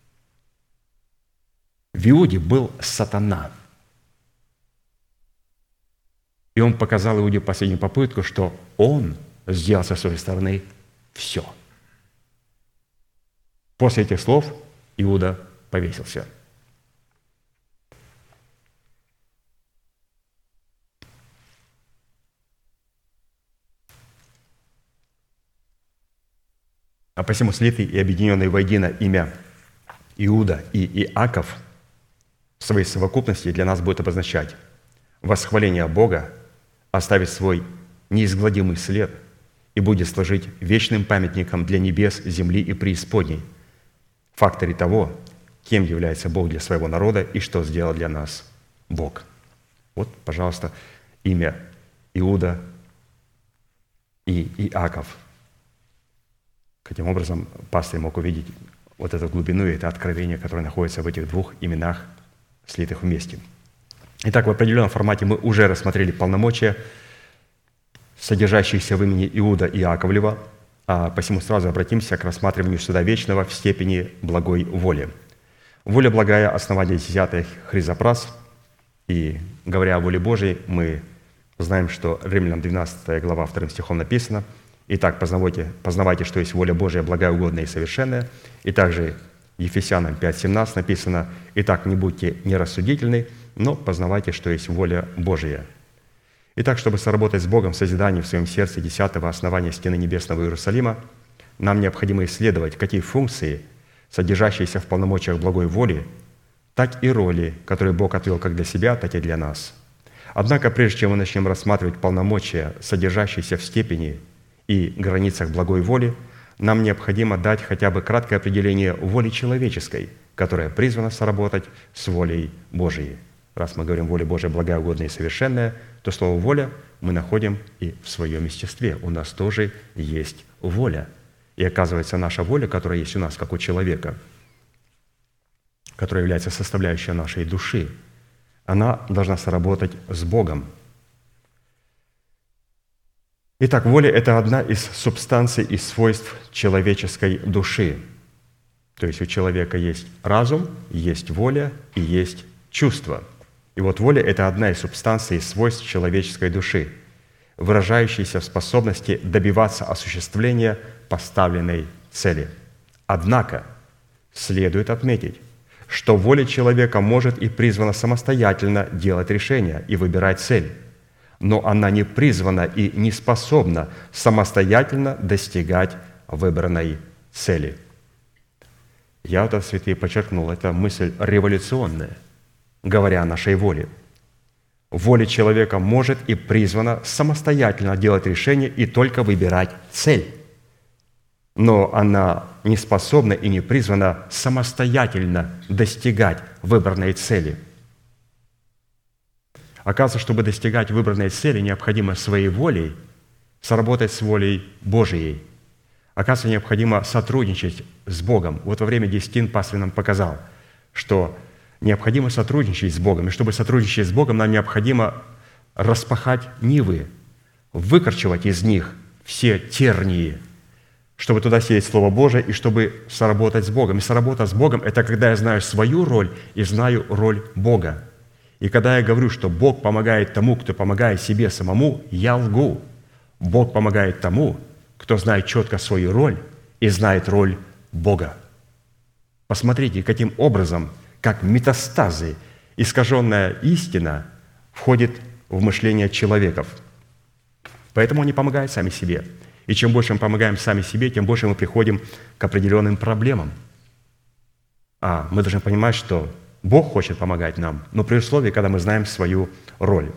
В Иуде был сатана. И он показал Иуде последнюю попытку, что он сделал со своей стороны все. После этих слов Иуда повесился. А посему слитый и объединенный воедино имя Иуда и Иаков в своей совокупности для нас будет обозначать восхваление Бога, оставить свой неизгладимый след и будет служить вечным памятником для небес, земли и преисподней, факторе того, кем является Бог для своего народа и что сделал для нас Бог. Вот, пожалуйста, имя Иуда и Иаков. Каким образом пастырь мог увидеть вот эту глубину и это откровение, которое находится в этих двух именах, слитых вместе. Итак, в определенном формате мы уже рассмотрели полномочия, содержащиеся в имени Иуда и Иаковлева, а посему сразу обратимся к рассматриванию суда вечного в степени благой воли. Воля благая – основание десятых Хризопрас, и, говоря о воле Божией, мы знаем, что Римлянам двенадцатая глава вторым стихом написано: «Итак, познавайте, познавайте, что есть воля Божия, благая, угодная и совершенная». И также Ефесянам пять семнадцать написано: «Итак, не будьте нерассудительны, но познавайте, что есть воля Божия». Итак, чтобы соработать с Богом в созидании в своем сердце десятого основания стены небесного Иерусалима, нам необходимо исследовать, какие функции, содержащиеся в полномочиях благой воли, так и роли, которые Бог отвел как для себя, так и для нас. Однако, прежде чем мы начнем рассматривать полномочия, содержащиеся в степени и границах благой воли, нам необходимо дать хотя бы краткое определение воли человеческой, которая призвана соработать с волей Божией. Раз мы говорим «воля Божия благая, угодная и совершенная», то слово «воля» мы находим и в своем естестве. У нас тоже есть воля. И оказывается, наша воля, которая есть у нас, как у человека, которая является составляющей нашей души, она должна соработать с Богом. Итак, воля – это одна из субстанций и свойств человеческой души. То есть у человека есть разум, есть воля и есть чувство. И вот воля – это одна из субстанций и свойств человеческой души, выражающаяся в способности добиваться осуществления поставленной цели. Однако следует отметить, что воля человека может и призвана самостоятельно делать решения и выбирать цель, но она не призвана и не способна самостоятельно достигать выбранной цели. Я вот, святые, подчеркнул, это мысль революционная, говоря о нашей воле. Воля человека может и призвана самостоятельно делать решение и только выбирать цель, но она не способна и не призвана самостоятельно достигать выбранной цели. Оказывается, чтобы достигать выбранной цели, необходимо своей волей соработать с волей Божией. Оказывается, необходимо сотрудничать с Богом. Вот во время десятин пастырь нам показал, что необходимо сотрудничать с Богом. И чтобы сотрудничать с Богом, нам необходимо распахать нивы, выкорчевать из них все тернии, чтобы туда сеять Слово Божие и чтобы соработать с Богом. И соработа с Богом – это когда я знаю свою роль и знаю роль Бога. И когда я говорю, что Бог помогает тому, кто помогает себе самому, я лгу. Бог помогает тому, кто знает четко свою роль и знает роль Бога. Посмотрите, каким образом, как метастазы, искаженная истина входит в мышление человеков. Поэтому они помогают сами себе. И чем больше мы помогаем сами себе, тем больше мы приходим к определенным проблемам. А мы должны понимать, что Бог хочет помогать нам, но при условии, когда мы знаем свою роль.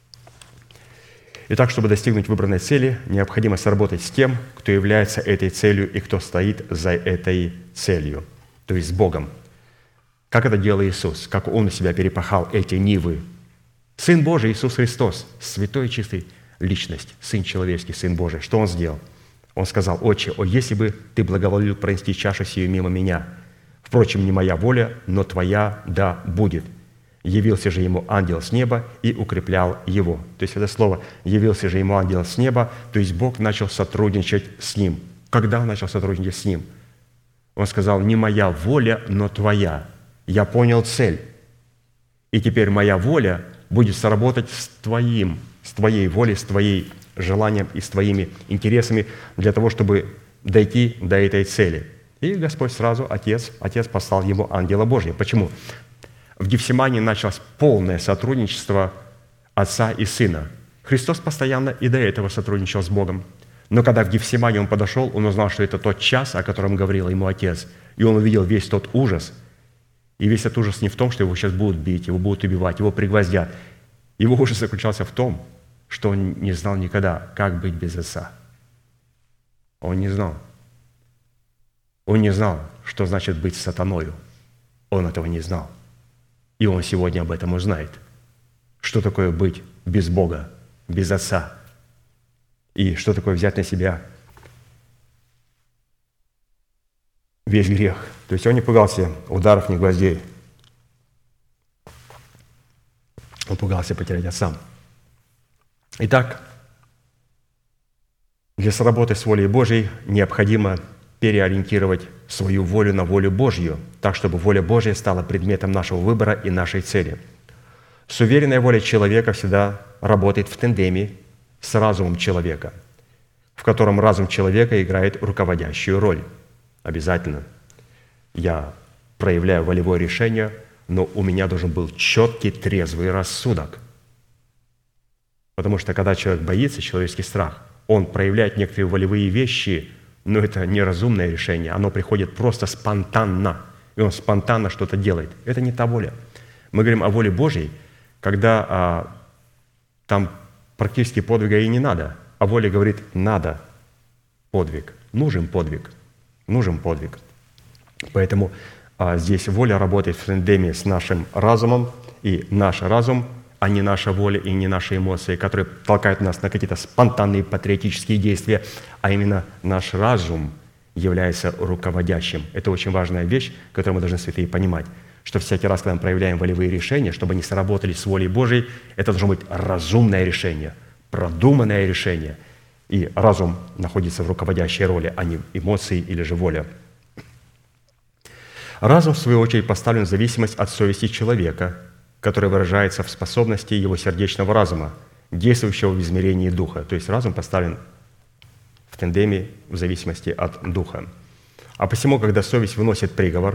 Итак, чтобы достигнуть выбранной цели, необходимо сработать с тем, кто является этой целью и кто стоит за этой целью, то есть с Богом. Как это делал Иисус, как Он у себя перепахал эти нивы Сын Божий Иисус Христос, святой и чистый личность, Сын человеческий, Сын Божий. Что Он сделал? Он сказал: «Отче, о, если бы Ты благоволил пронести чашу сию мимо меня, впрочем, не моя воля, но Твоя да будет». Явился же ему ангел с неба и укреплял его. То есть это слово «явился же ему ангел с неба», то есть Бог начал сотрудничать с ним. Когда Он начал сотрудничать с ним? Он сказал: «Не моя воля, но Твоя». Я понял цель. И теперь моя воля будет сработать с Твоим, с Твоей волей, с Твоим желанием и с Твоими интересами для того, чтобы дойти до этой цели. И Господь сразу, Отец, Отец послал ему ангела Божия. Почему? В Гефсимании началось полное сотрудничество Отца и Сына. Христос постоянно и до этого сотрудничал с Богом. Но когда в Гефсимании Он подошел, Он узнал, что это тот час, о котором говорил ему Отец. И Он увидел весь тот ужас. И весь этот ужас не в том, что его сейчас будут бить, его будут убивать, его пригвоздят. Его ужас заключался в том, что он не знал никогда, как быть без Отца. Он не знал. Он не знал, что значит быть сатаною. Он этого не знал. И он сегодня об этом узнает. Что такое быть без Бога, без Отца? И что такое взять на себя весь грех? То есть он не пугался ударов, ни гвоздей. Он пугался потерять Отца. Итак, для сработы с волей Божьей необходимо переориентировать свою волю на волю Божью, так, чтобы воля Божья стала предметом нашего выбора и нашей цели. Суверенная воля человека всегда работает в тандеме с разумом человека, в котором разум человека играет руководящую роль. Обязательно. Я проявляю волевое решение, но у меня должен был четкий, трезвый рассудок. Потому что когда человек боится, человеческий страх, он проявляет некоторые волевые вещи, но это неразумное решение, оно приходит просто спонтанно, и он спонтанно что-то делает. Это не та воля. Мы говорим о воле Божьей, когда а, там практически подвига и не надо, а воля говорит: надо подвиг, нужен подвиг, нужен подвиг. Поэтому а, здесь воля работает в тандеме с нашим разумом, и наш разум, а не наша воля и не наши эмоции, которые толкают нас на какие-то спонтанные патриотические действия, а именно наш разум является руководящим. Это очень важная вещь, которую мы должны, святые, понимать, что всякий раз, когда мы проявляем волевые решения, чтобы они сработали с волей Божией, это должно быть разумное решение, продуманное решение. И разум находится в руководящей роли, а не эмоции или же воля. Разум, в свою очередь, поставлен в зависимость от совести человека, которая выражается в способности его сердечного разума, действующего в измерении духа. То есть разум поставлен в тандеме в зависимости от духа. А посему, когда совесть выносит приговор,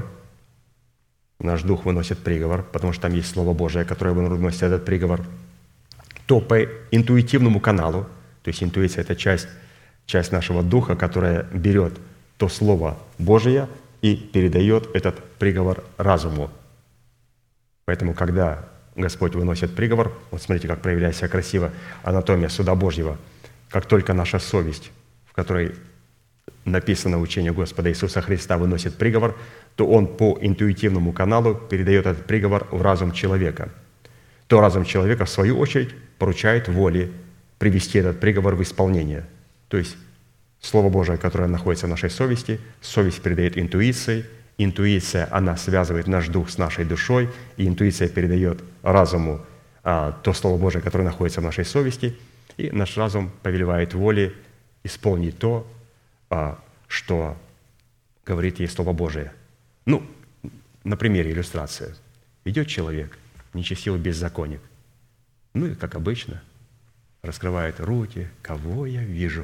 наш дух выносит приговор, потому что там есть Слово Божие, которое выносит этот приговор, то по интуитивному каналу, то есть интуиция – это часть, часть нашего духа, которая берет то Слово Божие и передает этот приговор разуму. Поэтому, когда Господь выносит приговор, вот смотрите, как проявляет себя красиво анатомия суда Божьего, как только наша совесть, в которой написано учение Господа Иисуса Христа, выносит приговор, то Он по интуитивному каналу передает этот приговор в разум человека. То разум человека, в свою очередь, поручает воле привести этот приговор в исполнение. То есть Слово Божие, которое находится в нашей совести, совесть передает интуиции, интуиция, она связывает наш дух с нашей душой, и интуиция передает разуму а, то Слово Божие, которое находится в нашей совести, и наш разум повелевает воле исполнить то, а, что говорит ей Слово Божие. Ну, на примере иллюстрации. Идет человек, нечестивый беззаконник. Ну и, как обычно, раскрывает руки: «Кого я вижу?»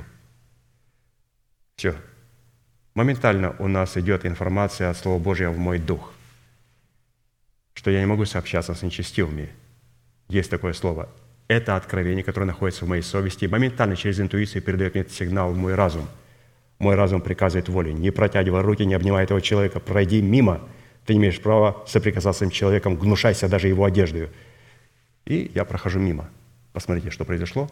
Все. Моментально у нас идет информация от Слова Божьего в мой дух, что я не могу сообщаться с нечестивыми. Есть такое слово. Это откровение, которое находится в моей совести, моментально через интуицию передает мне этот сигнал в мой разум. Мой разум приказывает воле: не протягивай руки, не обнимай этого человека, пройди мимо. Ты не имеешь права соприкасаться с этим человеком, гнушайся даже его одеждой. И я прохожу мимо. Посмотрите, что произошло.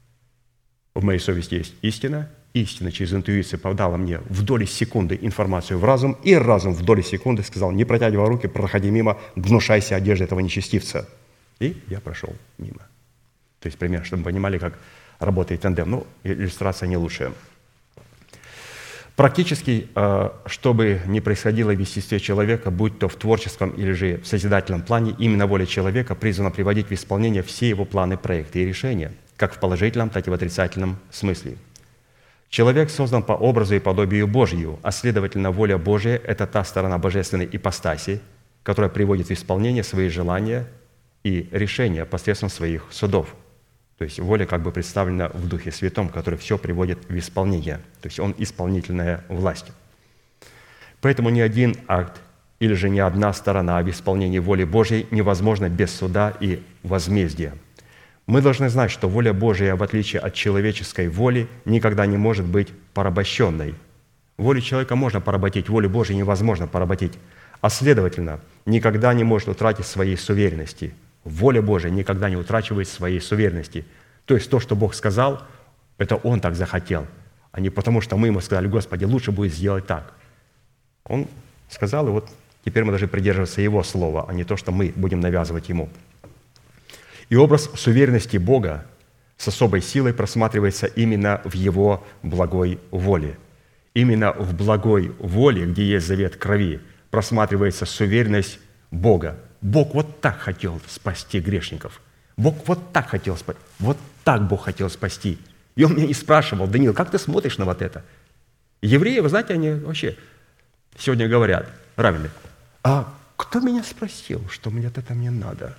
В моей совести есть истина. Истина через интуицию подала мне в доли секунды информацию в разум, и разум в доли секунды сказал: не протягивай руки, проходи мимо, гнушайся одежды этого нечестивца. И я прошел мимо. То есть, пример, чтобы вы понимали, как работает тандем. Ну, иллюстрация не лучшая. Практически, что бы ни происходило в естестве человека, будь то в творческом или же в созидательном плане, именно воля человека призвана приводить в исполнение все его планы, проекты и решения, как в положительном, так и в отрицательном смысле. Человек создан по образу и подобию Божию, а следовательно, воля Божия – это та сторона божественной ипостаси, которая приводит в исполнение свои желания и решения посредством своих судов. То есть воля как бы представлена в Духе Святом, который все приводит в исполнение. То есть Он исполнительная власть. Поэтому ни один акт или же ни одна сторона в исполнении воли Божьей невозможна без суда и возмездия. Мы должны знать, что воля Божия, в отличие от человеческой воли, никогда не может быть порабощенной. Волю человека можно поработить, волю Божию невозможно поработить. А следовательно, никогда не может утратить своей суверенности. Воля Божия никогда не утрачивает своей суверенности. То есть то, что Бог сказал, это Он так захотел, а не потому, что мы Ему сказали: Господи, лучше будет сделать так. Он сказал, и вот теперь мы должны придерживаться Его слова, а не то, что мы будем навязывать Ему. И образ суверенности Бога с особой силой просматривается именно в Его благой воле. Именно в благой воле, где есть завет крови, просматривается суверенность Бога. Бог вот так хотел спасти грешников. Бог вот так хотел спасти. Вот так Бог хотел спасти. И Он меня не спрашивал: Даниил, как ты смотришь на вот это? Евреи, вы знаете, они вообще сегодня говорят, раввины: а кто меня спросил, что мне это мне надо?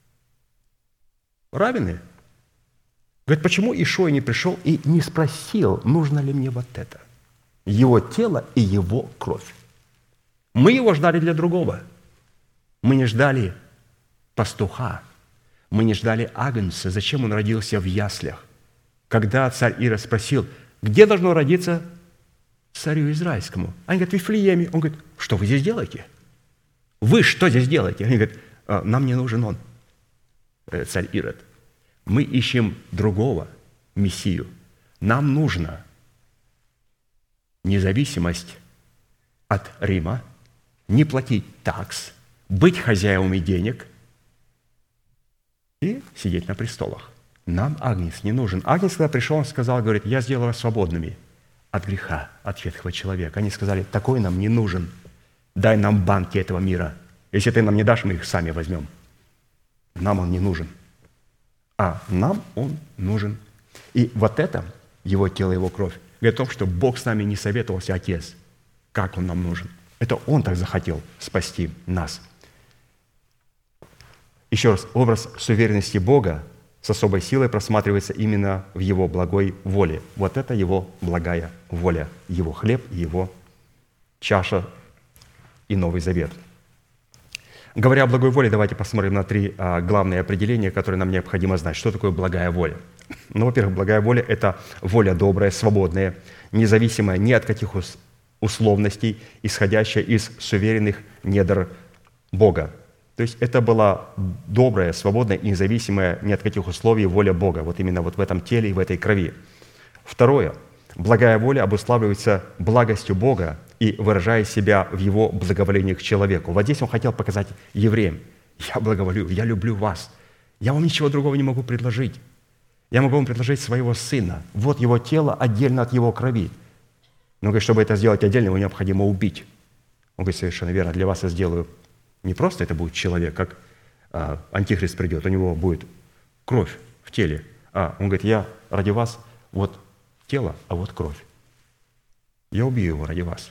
Раввины говорят: почему Ишуа не пришел и не спросил, нужно ли мне вот это? Его тело и его кровь. Мы его ждали для другого. Мы не ждали пастуха, мы не ждали агнца. Зачем он родился в яслях? Когда царь Ирод спросил, где должно родиться царю израильскому? Они говорят: в Вифлееме. Он говорит: что вы здесь делаете? Вы что здесь делаете? Они говорят: нам не нужен он, царь Ирод. Мы ищем другого Мессию. Нам нужна независимость от Рима, не платить такс, быть хозяевами денег и сидеть на престолах. Нам агнец не нужен. Агнец, когда пришел, он сказал, говорит: я сделал вас свободными от греха, от ветхого человека. Они сказали: такой нам не нужен. Дай нам банки этого мира. Если ты нам не дашь, мы их сами возьмем. Нам он не нужен. А нам он нужен. И вот это, его тело, его кровь, говорит о том, что Бог с нами не советовался, Отец, как он нам нужен. Это Он так захотел спасти нас. Еще раз, образ суверенности Бога с особой силой просматривается именно в Его благой воле. Вот это Его благая воля, Его хлеб, Его чаша и Новый Завет. Говоря о благой воле, давайте посмотрим на три а, главные определения, которые нам необходимо знать. Что такое благая воля? Ну, во-первых, благая воля – это воля добрая, свободная, независимая ни от каких условностей, исходящая из суверенных недр Бога. То есть это была добрая, свободная и независимая ни от каких условий воля Бога, вот именно вот в этом теле и в этой крови. Второе. Благая воля обуславливается благостью Бога и выражает себя в Его благоволении к человеку. Вот здесь Он хотел показать евреям: я благоволю, я люблю вас, я вам ничего другого не могу предложить. Я могу вам предложить своего Сына. Вот Его тело отдельно от Его крови. Но, говорит, чтобы это сделать отдельно, его необходимо убить. Он говорит: совершенно верно, для вас я сделаю не просто это будет человек, как а, антихрист придет, у него будет кровь в теле. А он говорит: я ради вас вот тело, а вот кровь. Я убью его ради вас.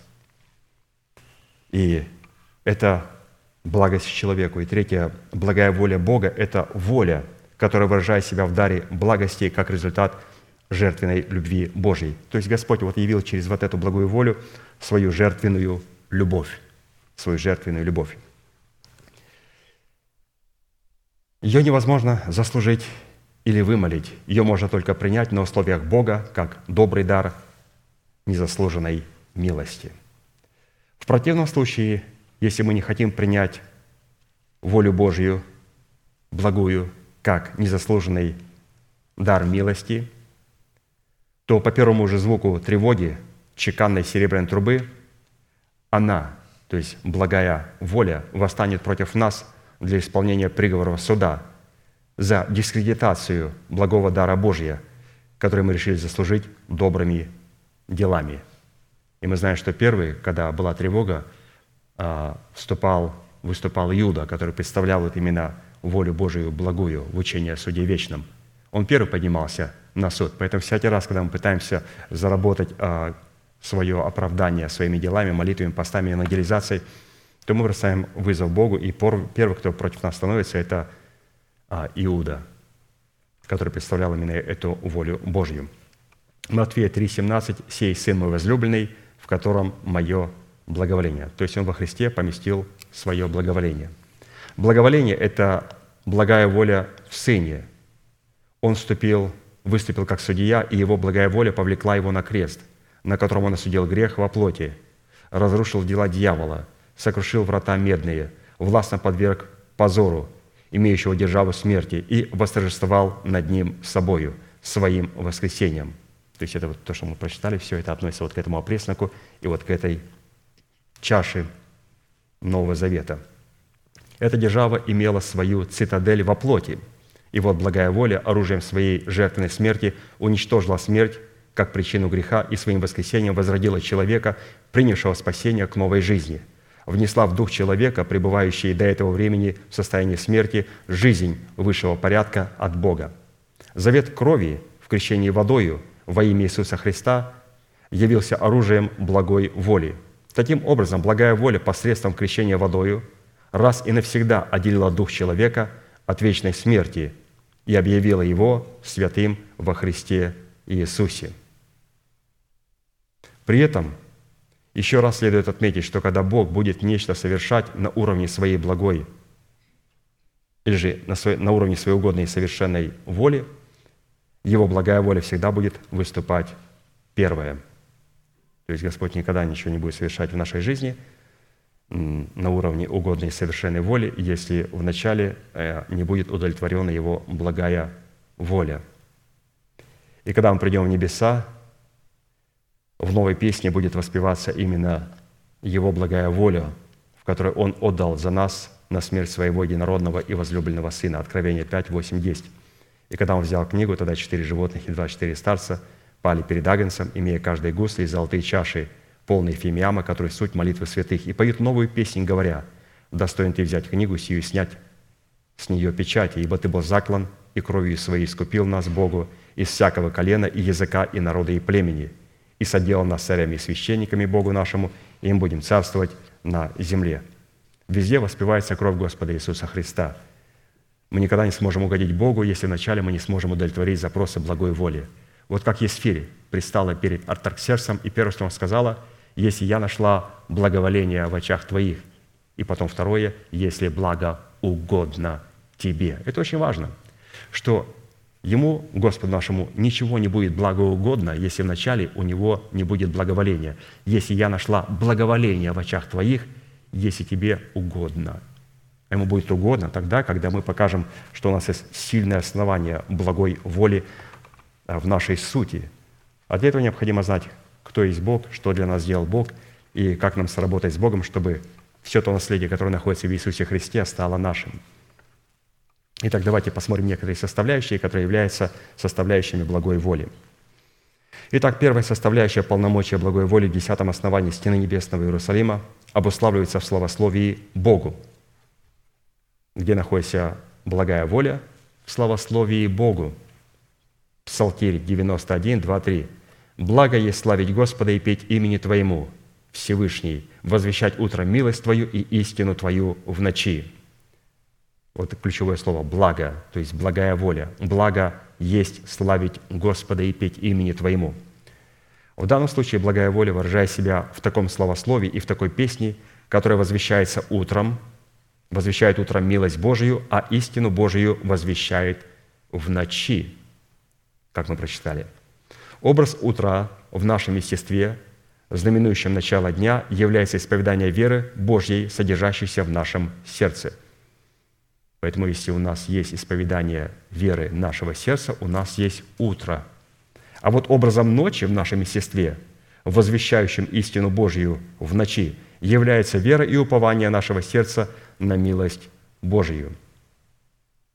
И это благость человеку. И третье, благая воля Бога – это воля, которая выражает себя в даре благости как результат жертвенной любви Божьей. То есть Господь вот явил через вот эту благую волю свою жертвенную любовь. Свою жертвенную любовь. Ее невозможно заслужить или вымолить. Ее можно только принять на условиях Бога, как добрый дар незаслуженной милости. В противном случае, если мы не хотим принять волю Божью, благую, как незаслуженный дар милости, то по первому же звуку тревоги чеканной серебряной трубы она, то есть благая воля, восстанет против нас для исполнения приговора суда, за дискредитацию благого дара Божия, который мы решили заслужить добрыми делами. И мы знаем, что первый, когда была тревога, вступал, выступал Иуда, который представлял вот именно волю Божию благую в учении о суде вечном. Он первый поднимался на суд. Поэтому всякий раз, когда мы пытаемся заработать свое оправдание своими делами, молитвами, постами, евангелизацией, то мы бросаем вызов Богу, и первый, кто против нас становится, это Иуда, который представлял именно эту волю Божью. Матфея три семнадцать: «Сей Сын мой возлюбленный, в котором мое благоволение». То есть Он во Христе поместил свое благоволение. Благоволение – это благая воля в Сыне. Он вступил, выступил как судья, и Его благая воля повлекла Его на крест, на котором Он осудил грех во плоти, разрушил дела дьявола, сокрушил врата медные, властно подверг позору, имеющего державу смерти, и восторжествовал над ним собою, своим воскресением. То есть это вот то, что мы прочитали, все это относится вот к этому опресноку и вот к этой чаше Нового Завета. Эта держава имела свою цитадель во плоти, и вот благая воля оружием своей жертвенной смерти уничтожила смерть как причину греха и своим воскресением возродила человека, принявшего спасение к новой жизни, внесла в дух человека, пребывающий до этого времени в состоянии смерти, жизнь высшего порядка от Бога. Завет крови в крещении водою во имя Иисуса Христа явился оружием благой воли. Таким образом, благая воля посредством крещения водою раз и навсегда отделила дух человека от вечной смерти и объявила его святым во Христе Иисусе. При этом еще раз следует отметить, что когда Бог будет нечто совершать на уровне своей благой или же на, своей, на уровне своей угодной и совершенной воли, Его благая воля всегда будет выступать первая. То есть Господь никогда ничего не будет совершать в нашей жизни на уровне угодной и совершенной воли, если вначале не будет удовлетворена Его благая воля. И когда мы придем в небеса, в новой песне будет воспеваться именно Его благая воля, в которой Он отдал за нас на смерть Своего единородного и возлюбленного Сына. Откровение пять, восемь, десять. И когда Он взял книгу, тогда четыре животных и двадцать четыре старца пали перед Агнцем, имея каждой гусли и золотые чаши, полные фимиама, которые суть молитвы святых, и поют новую песнь, говоря: «Достоин ты взять книгу сию и снять с нее печати, ибо ты был заклан, и кровью своей искупил нас Богу из всякого колена и языка и народа и племени, и соделал нас царями и священниками Богу нашему, и им будем царствовать на земле». Везде воспевается кровь Господа Иисуса Христа. Мы никогда не сможем угодить Богу, если вначале мы не сможем удовлетворить запросы благой воли. Вот как Есфирь предстала перед Артаксерксом и первым сказала: «Если я нашла благоволение в очах твоих». И потом второе: «Если благо угодно тебе». Это очень важно, что ему, Господу нашему, ничего не будет благоугодно, если вначале у него не будет благоволения. «Если я нашла благоволение в очах твоих, если тебе угодно». Ему будет угодно тогда, когда мы покажем, что у нас есть сильное основание благой воли в нашей сути. А для этого необходимо знать, кто есть Бог, что для нас сделал Бог, и как нам сработать с Богом, чтобы все то наследие, которое находится в Иисусе Христе, стало нашим. Итак, давайте посмотрим некоторые составляющие, которые являются составляющими благой воли. Итак, первая составляющая полномочия благой воли в десятом основании стены небесного Иерусалима обуславливается в славословии Богу. Где находится благая воля? В славословии Богу. Псалтирь девяносто один, два, три. «Благо есть славить Господа и петь имени Твоему, Всевышний, возвещать утром милость Твою и истину Твою в ночи». Вот ключевое слово «благо», то есть благая воля. Благо есть славить Господа и петь имени Твоему. В данном случае благая воля выражает себя в таком славословии и в такой песне, которая возвещается утром, возвещает утром милость Божию, а истину Божию возвещает в ночи, как мы прочитали. Образ утра в нашем естестве, знаменующем начало дня, является исповедание веры Божьей, содержащейся в нашем сердце. Поэтому, если у нас есть исповедание веры нашего сердца, у нас есть утро. А вот образом ночи в нашем естестве, возвещающим истину Божью в ночи, является вера и упование нашего сердца на милость Божию.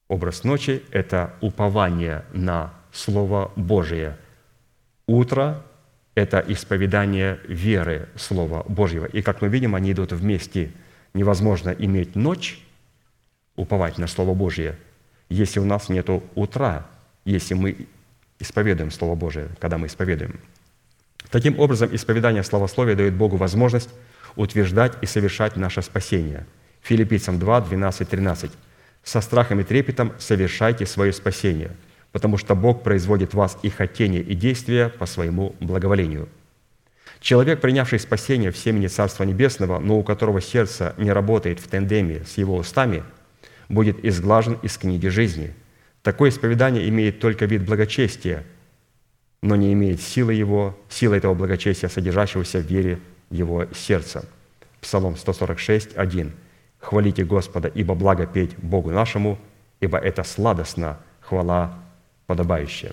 Образ ночи – это упование на Слово Божие. Утро – это исповедание веры Слова Божьего. И, как мы видим, они идут вместе. Невозможно иметь ночь, уповать на Слово Божье, если у нас нет утра, если мы исповедуем Слово Божие, когда мы исповедуем. Таким образом, исповедание славословия дает Богу возможность утверждать и совершать наше спасение. Филиппийцам два, двенадцать, тринадцать. «Со страхом и трепетом совершайте свое спасение, потому что Бог производит в вас и хотение, и действия по своему благоволению». Человек, принявший спасение в семени Царства Небесного, но у которого сердце не работает в тандеме с его устами, будет изглажен из книги жизни. Такое исповедание имеет только вид благочестия, но не имеет силы его, силы этого благочестия, содержащегося в вере его сердца. Псалом сто сорок шесть, один. «Хвалите Господа, ибо благо петь Богу нашему, ибо это сладостно, хвала подобающая».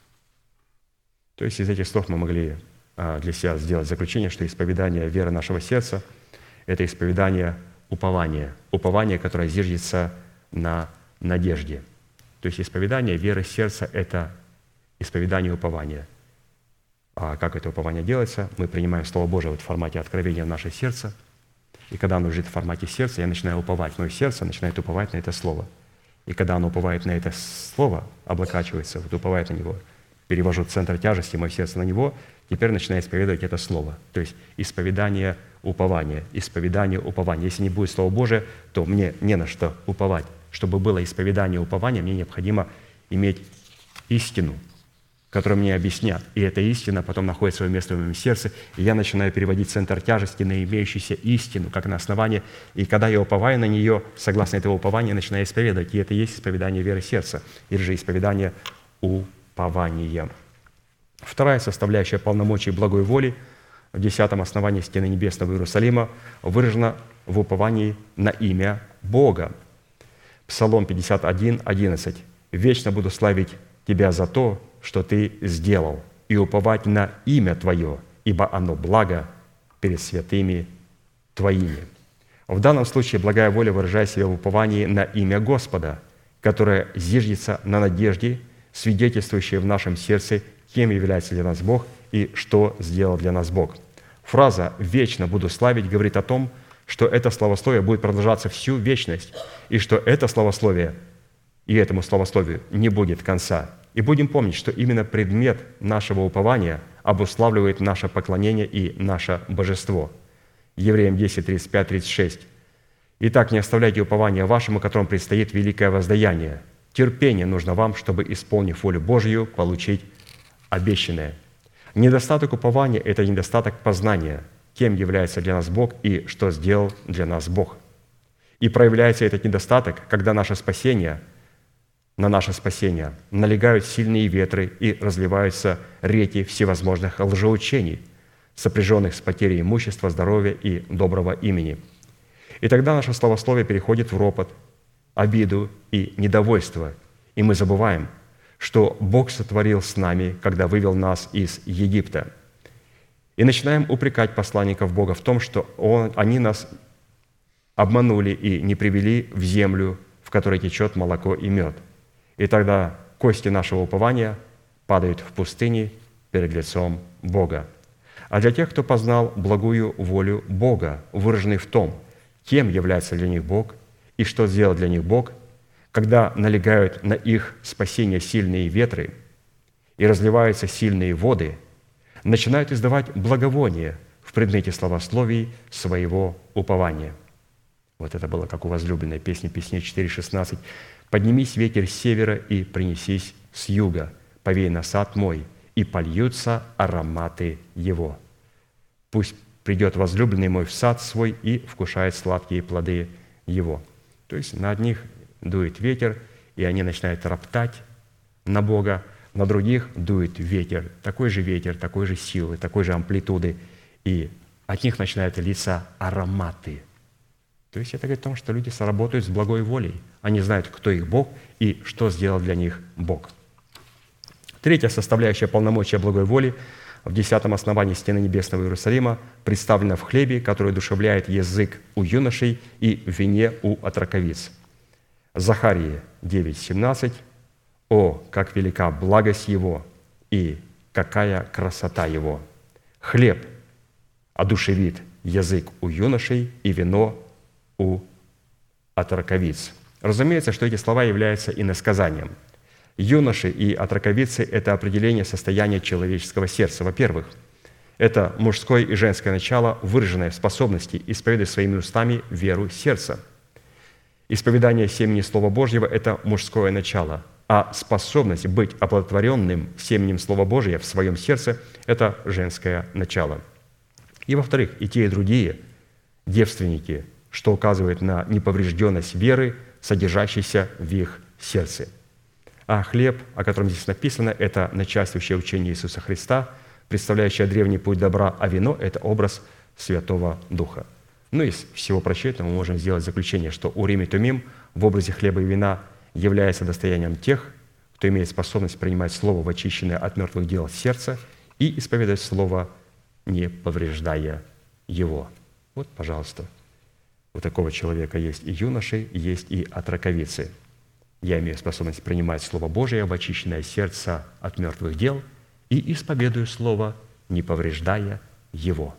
То есть из этих слов мы могли для себя сделать заключение, что исповедание веры нашего сердца – это исповедание упования, упование, которое зиждется на надежде. То есть исповедание веры сердца – это исповедание упования. А как это упование делается? Мы принимаем Слово Божие вот в формате откровения в наше сердце, и когда оно лежит в формате сердца, я начинаю уповать. Мое сердце начинает уповать на это Слово. И когда оно уповает на это Слово, облокачивается, вот уповает на него, перевожу центр тяжести, мое сердце на него, теперь начинаю исповедовать это Слово. То есть исповедание упования, исповедание упования. Если не будет Слова Божия, то мне не на что уповать. Чтобы было исповедание упования, мне необходимо иметь истину, которую мне объяснят. И эта истина потом находит свое место в моем сердце, и я начинаю переводить центр тяжести на имеющуюся истину, как на основании. И когда я уповаю на нее, согласно этого упования, начинаю исповедовать. И это и есть исповедание веры сердца, или же исповедание упования. Вторая составляющая полномочий благой воли в десятом основании стены небесного Иерусалима выражена в уповании на имя Бога. Псалом пятьдесят один, одиннадцать. «Вечно буду славить Тебя за то, что Ты сделал, и уповать на имя Твое, ибо оно благо перед святыми Твоими». В данном случае благая воля выражает себя в уповании на имя Господа, которое зиждется на надежде, свидетельствующей в нашем сердце, кем является для нас Бог и что сделал для нас Бог. Фраза «вечно буду славить» говорит о том, что это славословие будет продолжаться всю вечность, и что это славословие и этому славословию не будет конца. И будем помнить, что именно предмет нашего упования обуславливает наше поклонение и наше божество. Евреям десять, тридцать пять, тридцать шесть. «Итак, не оставляйте упования вашему, которому предстоит великое воздаяние. Терпение нужно вам, чтобы, исполнив волю Божию, получить обещанное». Недостаток упования – это недостаток познания, кем является для нас Бог и что сделал для нас Бог. И проявляется этот недостаток, когда наше спасение, на наше спасение налегают сильные ветры и разливаются реки всевозможных лжеучений, сопряженных с потерей имущества, здоровья и доброго имени. И тогда наше славословие переходит в ропот, обиду и недовольство, и мы забываем, что Бог сотворил с нами, когда вывел нас из Египта. И начинаем упрекать посланников Бога в том, что он, они нас обманули и не привели в землю, в которой течет молоко и мед. И тогда кости нашего упования падают в пустыне перед лицом Бога. А для тех, кто познал благую волю Бога, выраженной в том, кем является для них Бог и что сделал для них Бог, когда налегают на их спасение сильные ветры и разливаются сильные воды, начинают издавать благовоние в предмете славословий своего упования. Вот это было как у возлюбленной песни, песни четыре шестнадцать. «Поднимись, ветер с севера, и принесись с юга, повей на сад мой, и польются ароматы его. Пусть придет возлюбленный мой в сад свой и вкушает сладкие плоды его». То есть на одних дует ветер, и они начинают роптать на Бога, на других дует ветер, такой же ветер, такой же силы, такой же амплитуды, и от них начинают литься ароматы. То есть это говорит о том, что люди соработают с благой волей. Они знают, кто их Бог и что сделал для них Бог. Третья составляющая полномочия благой воли в десятом основании стены небесного Иерусалима представлена в хлебе, который одушевляет язык у юношей и в вине у отроковиц. Захарии девять семнадцать. «О, как велика благость Его, и какая красота Его! Хлеб одушевит язык у юношей, и вино у отроковиц». Разумеется, что эти слова являются иносказанием. Юноши и отроковицы – это определение состояния человеческого сердца. Во-первых, это мужское и женское начало, выраженное в способности исповедовать своими устами веру сердца. Исповедание семени Слова Божьего – это мужское начало, а способность быть оплодотворенным семенем Слова Божия в своем сердце – это женское начало. И, во-вторых, и те, и другие девственники, что указывает на неповрежденность веры, содержащейся в их сердце. А хлеб, о котором здесь написано, это начальствующее учение Иисуса Христа, представляющее древний путь добра, а вино – это образ Святого Духа. Ну, из всего прочитанного мы можем сделать заключение, что Урим и Тумим в образе хлеба и вина является достоянием тех, кто имеет способность принимать Слово в очищенное от мертвых дел сердце и исповедовать Слово, не повреждая его. Вот, пожалуйста, у такого человека есть и юноши, есть и отроковицы. Я имею способность принимать Слово Божие в очищенное сердце от мертвых дел и исповедую Слово, не повреждая его.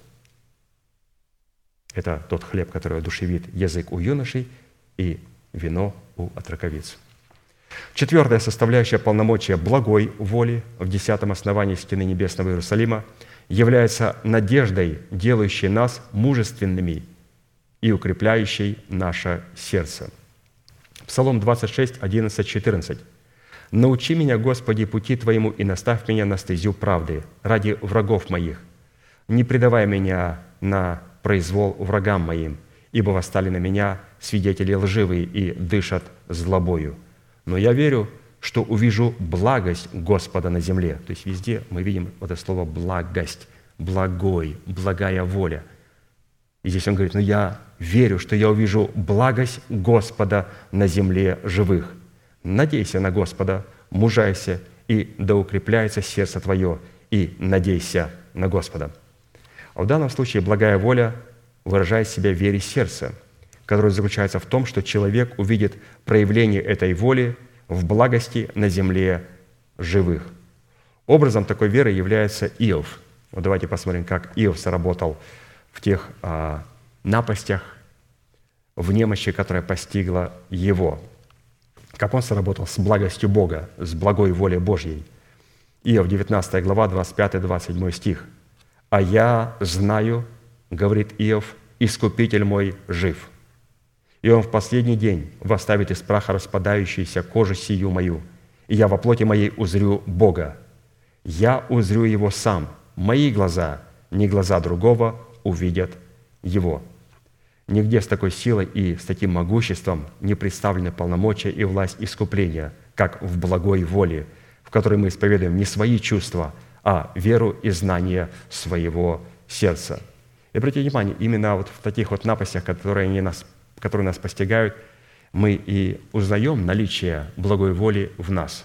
Это тот хлеб, который одушевит язык у юношей, и вино у отроковиц. Четвертая составляющая полномочия благой воли в десятом основании стены небесного Иерусалима является надеждой, делающей нас мужественными и укрепляющей наше сердце. Псалом двадцать шесть, одиннадцать, четырнадцать. «Научи меня, Господи, пути Твоему, и наставь меня на стезю правды ради врагов моих. Не предавай меня на произвол врагам моим, ибо восстали на меня свидетели лживые и дышат злобою. Но я верю, что увижу благость Господа на земле». То есть везде мы видим вот это слово «благость», «благой», «благая воля». И здесь он говорит, но я верю, что я увижу благость Господа на земле живых. Надейся на Господа, мужайся, и да укрепляется сердце твое, и надейся на Господа. А в данном случае благая воля выражает себя в вере сердца, которая заключается в том, что человек увидит проявление этой воли в благости на земле живых. Образом такой веры является Иов. Вот давайте посмотрим, как Иов сработал в тех а, напастях, в немощи, которая постигла его. Как он сработал с благостью Бога, с благой волей Божьей. Иов, девятнадцатая глава, двадцать пятый двадцать седьмой стих. «А я знаю, — говорит Иов, — Искупитель мой жив, и он в последний день восставит из праха распадающуюся кожу сию мою, и я во плоти моей узрю Бога. Я узрю Его сам, мои глаза, не глаза другого, увидят Его». Нигде с такой силой и с таким могуществом не представлены полномочия и власть искупления, как в благой воле, в которой мы исповедуем не свои чувства, а веру и знание своего сердца. И обратите внимание, именно вот в таких вот напастях, которые, они нас, которые нас постигают, мы и узнаем наличие благой воли в нас.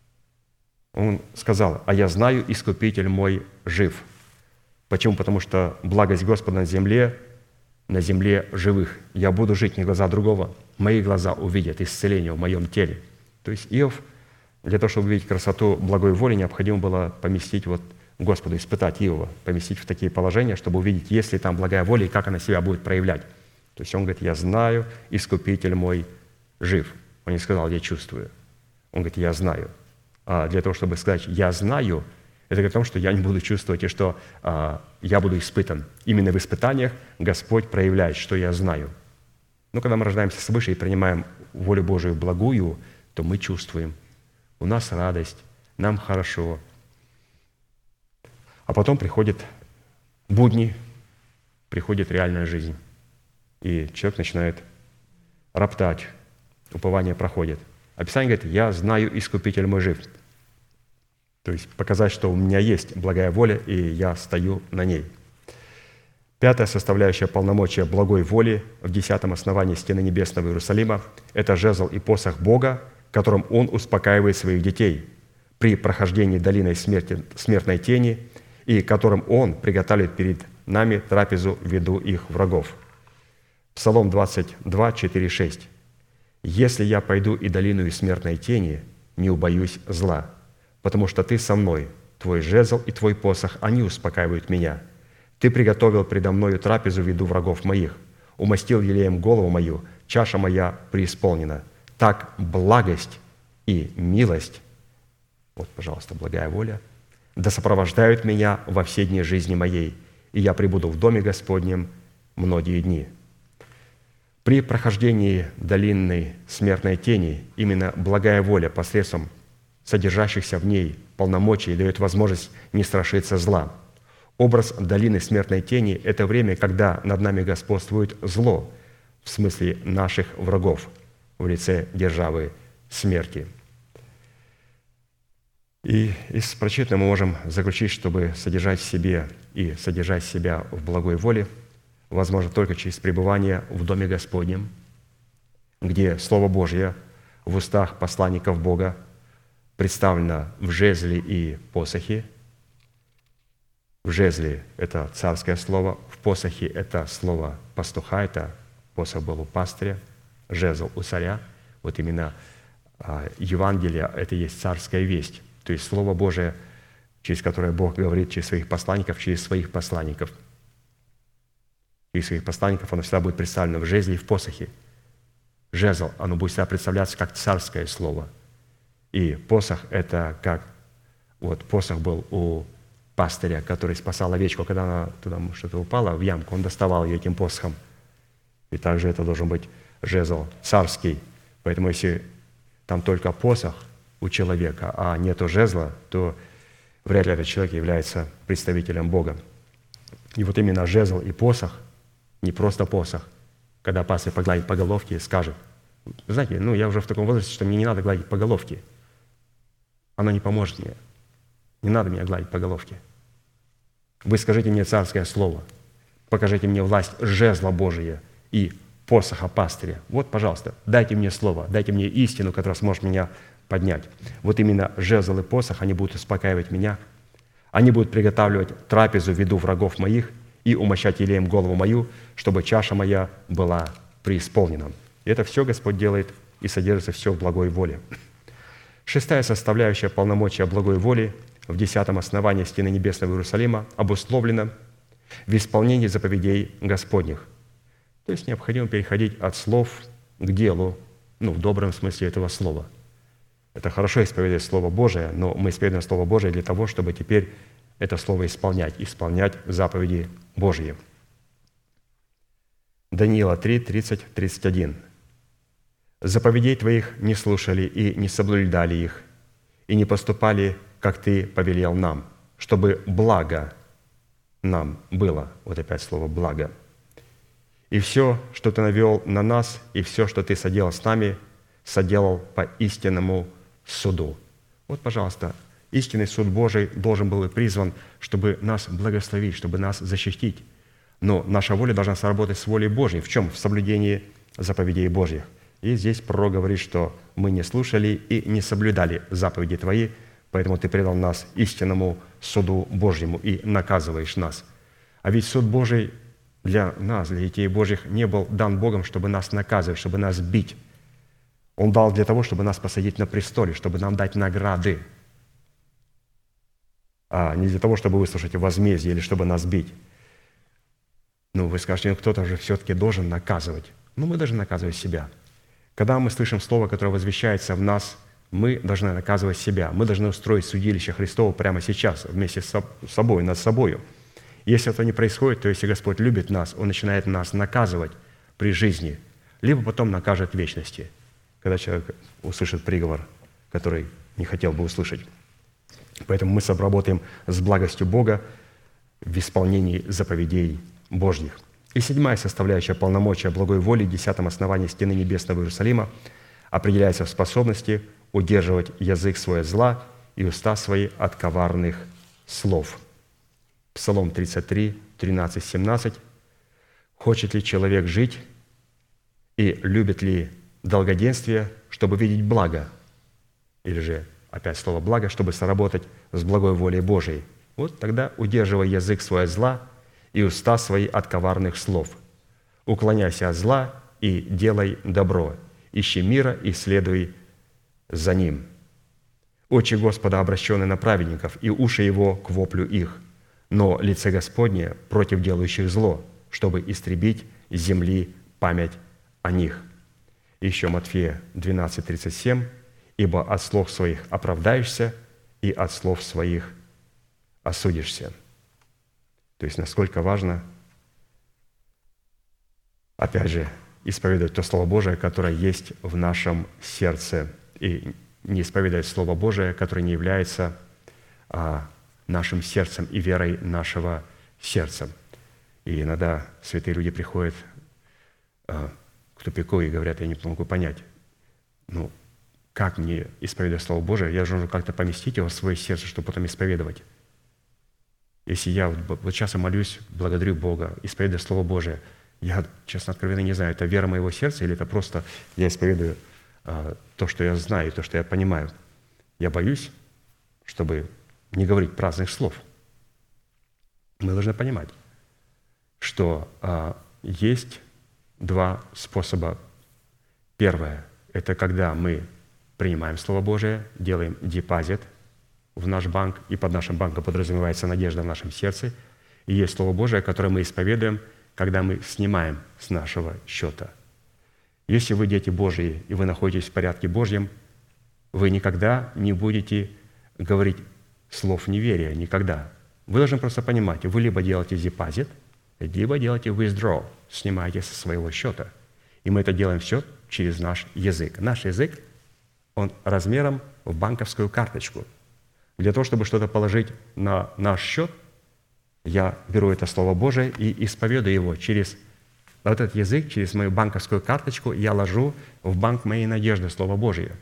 Он сказал, «А я знаю, Искупитель мой жив». Почему? Потому что благость Господа на земле, на земле живых. Я буду жить, не глаза другого. Мои глаза увидят исцеление в моем теле. То есть Иов, для того, чтобы увидеть красоту благой воли, необходимо было поместить вот Господу, испытать Иова, поместить в такие положения, чтобы увидеть, есть ли там благая воля и как она себя будет проявлять. То есть он говорит, я знаю, Искупитель мой жив. Он не сказал, я чувствую. Он говорит, я знаю. А для того, чтобы сказать, я знаю, это говорит о том, что я не буду чувствовать, и что а, я буду испытан. Именно в испытаниях Господь проявляет, что я знаю. Но когда мы рождаемся свыше и принимаем волю Божию благую, то мы чувствуем. У нас радость, нам хорошо. А потом приходят будни, приходит реальная жизнь. И человек начинает роптать, упование проходит. А Писание говорит, я знаю, Искупитель мой жив. То есть показать, что у меня есть благая воля, и я стою на ней. Пятая составляющая полномочия благой воли в десятом основании стены небесного Иерусалима – это жезл и посох Бога, которым Он успокаивает своих детей при прохождении долиной смерти, смертной тени, и которым Он приготовит перед нами трапезу в виду их врагов. Псалом двадцать два, четыре, шесть. Если я пойду и долину и смертной тени, не убоюсь зла, потому что Ты со мной, Твой жезл и Твой посох, они успокаивают меня. Ты приготовил предо мною трапезу в виду врагов моих, умастил елеем голову мою, чаша моя преисполнена. Так благость и милость, вот, пожалуйста, благая воля, да сопровождают меня во все дни жизни моей, и я пребуду в доме Господнем многие дни». При прохождении долинной смертной тени именно благая воля посредством содержащихся в ней полномочий дает возможность не страшиться зла. Образ долины смертной тени – это время, когда над нами господствует зло, в смысле наших врагов, в лице державы смерти. И из прочитанного мы можем заключить, чтобы содержать в себе и содержать себя в благой воле, возможно только через пребывание в Доме Господнем, где Слово Божье в устах посланников Бога представлено в жезле и посохе. В жезле – это царское слово, в посохе – это слово пастуха, это посох был у пастыря, жезл у царя. Вот именно Евангелие – это есть царская весть, то есть Слово Божие, через которое Бог говорит через своих посланников, через своих посланников. Через своих посланников оно всегда будет представлено в жезле и в посохе. Жезл, оно будет всегда представляться как царское слово. И посох – это как… Вот посох был у пастыря, который спасал овечку, когда она туда что-то упала в ямку, он доставал ее этим посохом. И также это должен быть жезл царский. Поэтому если там только посох у человека, а нету жезла, то вряд ли этот человек является представителем Бога. И вот именно жезл и посох, не просто посох, когда пастырь погладит по головке и скажет: знаете, ну я уже в таком возрасте, что мне не надо гладить по головке. Оно не поможет мне. Не надо меня гладить по головке. Вы скажите мне царское слово, покажите мне власть жезла Божия и посоха пастыря. Вот, пожалуйста, дайте мне слово, дайте мне истину, которая сможет меня поднять. Вот именно жезл и посох, они будут успокаивать меня, они будут приготавливать трапезу в виду врагов моих и умощать елеем голову мою, чтобы чаша моя была преисполнена. И это все Господь делает, и содержится все в благой воле. Шестая составляющая полномочия благой воли в десятом основании стены небесного Иерусалима обусловлена в исполнении заповедей Господних. То есть необходимо переходить от слов к делу, ну, в добром смысле этого слова. Это хорошо исповедовать Слово Божие, но мы исповедуем Слово Божие для того, чтобы теперь это Слово исполнять, исполнять заповеди Божьи. Даниила три, тридцать, тридцать один. «Заповедей Твоих не слушали и не соблюдали их, и не поступали, как Ты повелел нам, чтобы благо нам было». Вот опять слово «благо». «И все, что Ты навел на нас, и все, что Ты соделал с нами, соделал по истинному суду». Вот, пожалуйста, истинный суд Божий должен был и призван, чтобы нас благословить, чтобы нас защитить. Но наша воля должна сработать с волей Божьей. В чем? В соблюдении заповедей Божьих. И здесь пророк говорит, что мы не слушали и не соблюдали заповеди Твои, поэтому Ты предал нас истинному суду Божьему и наказываешь нас. А ведь суд Божий для нас, для детей Божьих, не был дан Богом, чтобы нас наказывать, чтобы нас бить. Он дал для того, чтобы нас посадить на престоле, чтобы нам дать награды, а не для того, чтобы выслушать возмездие или чтобы нас бить. Ну, вы скажете, ну, кто-то же все-таки должен наказывать. Ну, мы должны наказывать себя. Когда мы слышим слово, которое возвещается в нас, мы должны наказывать себя. Мы должны устроить судилище Христово прямо сейчас, вместе с собой, над собою. Если это не происходит, то если Господь любит нас, Он начинает нас наказывать при жизни, либо потом накажет в вечности, когда человек услышит приговор, который не хотел бы услышать. Поэтому мы соработаем с благостью Бога в исполнении заповедей Божьих. И седьмая составляющая полномочия благой воли в десятом основании стены небесного Иерусалима определяется в способности удерживать язык свой от зла и уста свои от коварных слов. Псалом тридцать три, тринадцать, семнадцать. «Хочет ли человек жить и любит ли долгоденствие, чтобы видеть благо?» Или же, опять слово «благо», чтобы соработать с благой волей Божией. Вот тогда удерживай язык свой от зла и уста свои от коварных слов. Уклоняйся от зла и делай добро, ищи мира и следуй за ним. Очи Господа обращены на праведников, и уши Его к воплю их, но лице Господне против делающих зло, чтобы истребить с земли память о них». Еще Матфея двенадцать тридцать семь. «Ибо от слов своих оправдаешься, и от слов своих осудишься». То есть насколько важно, опять же, исповедовать то Слово Божие, которое есть в нашем сердце, и не исповедовать Слово Божие, которое не является а, нашим сердцем и верой нашего сердца. И иногда святые люди приходят а, к тупику и говорят: я не могу понять, ну, как мне исповедовать Слово Божие? Я же должен как-то поместить его в свое сердце, чтобы потом исповедовать. Если я вот, вот сейчас я молюсь, благодарю Бога, исповедую Слово Божие, я, честно, откровенно не знаю, это вера моего сердца или это просто я исповедую а, то, что я знаю, то, что я понимаю. Я боюсь, чтобы не говорить праздных слов. Мы должны понимать, что а, есть два способа. Первое – это когда мы принимаем Слово Божие, делаем депозит в наш банк, и под нашим банком подразумевается надежда в нашем сердце. И есть Слово Божие, которое мы исповедуем, когда мы снимаем с нашего счета. Если вы дети Божьи, и вы находитесь в порядке Божьем, вы никогда не будете говорить слов неверия, никогда. Вы должны просто понимать, вы либо делаете депозит, либо делаете withdraw, снимаете со своего счета. И мы это делаем все через наш язык. Наш язык, он размером в банковскую карточку. Для того, чтобы что-то положить на наш счет, я беру это Слово Божие и исповедую его через вот этот язык, через мою банковскую карточку, я ложу в банк моей надежды Слово Божие.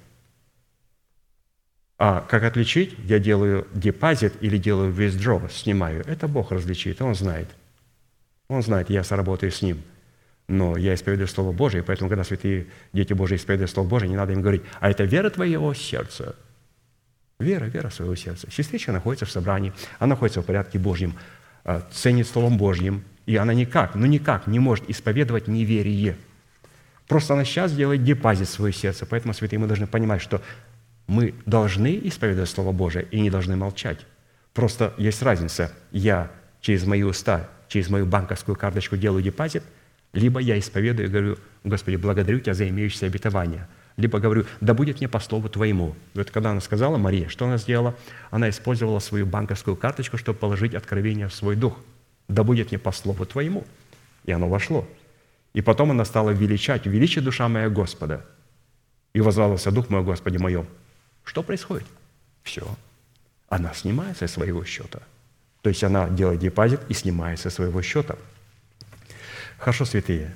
А как отличить? Я делаю депозит или делаю withdraw, снимаю. Это Бог различит, Он знает. Он знает, я сработаю с Ним. Но я исповедую Слово Божие, поэтому, когда святые дети Божьи исповедуют Слово Божие, не надо им говорить: а это вера твоего сердца. Вера, вера своего сердца. Сестричка находится в собрании, она находится в порядке Божьем, ценит Словом Божьим, и она никак, ну никак не может исповедовать неверие. Просто она сейчас делает депозит в свое сердце. Поэтому, святые, мы должны понимать, что мы должны исповедовать Слово Божие и не должны молчать. Просто есть разница. Я через мои уста, через мою банковскую карточку делаю депозит, либо я исповедую и говорю: Господи, благодарю Тебя за имеющееся обетование. Либо говорю: да будет мне по слову Твоему. Вот когда она сказала, Мария, что она сделала? Она использовала свою банковскую карточку, чтобы положить откровение в свой дух. Да будет мне по слову Твоему. И оно вошло. И потом она стала величать: величи душа моя Господа. И воззвался дух мой, Господи моем. Что происходит? Все. Она снимается со своего счета. То есть она делает депозит и снимается со своего счета. Хорошо, святые.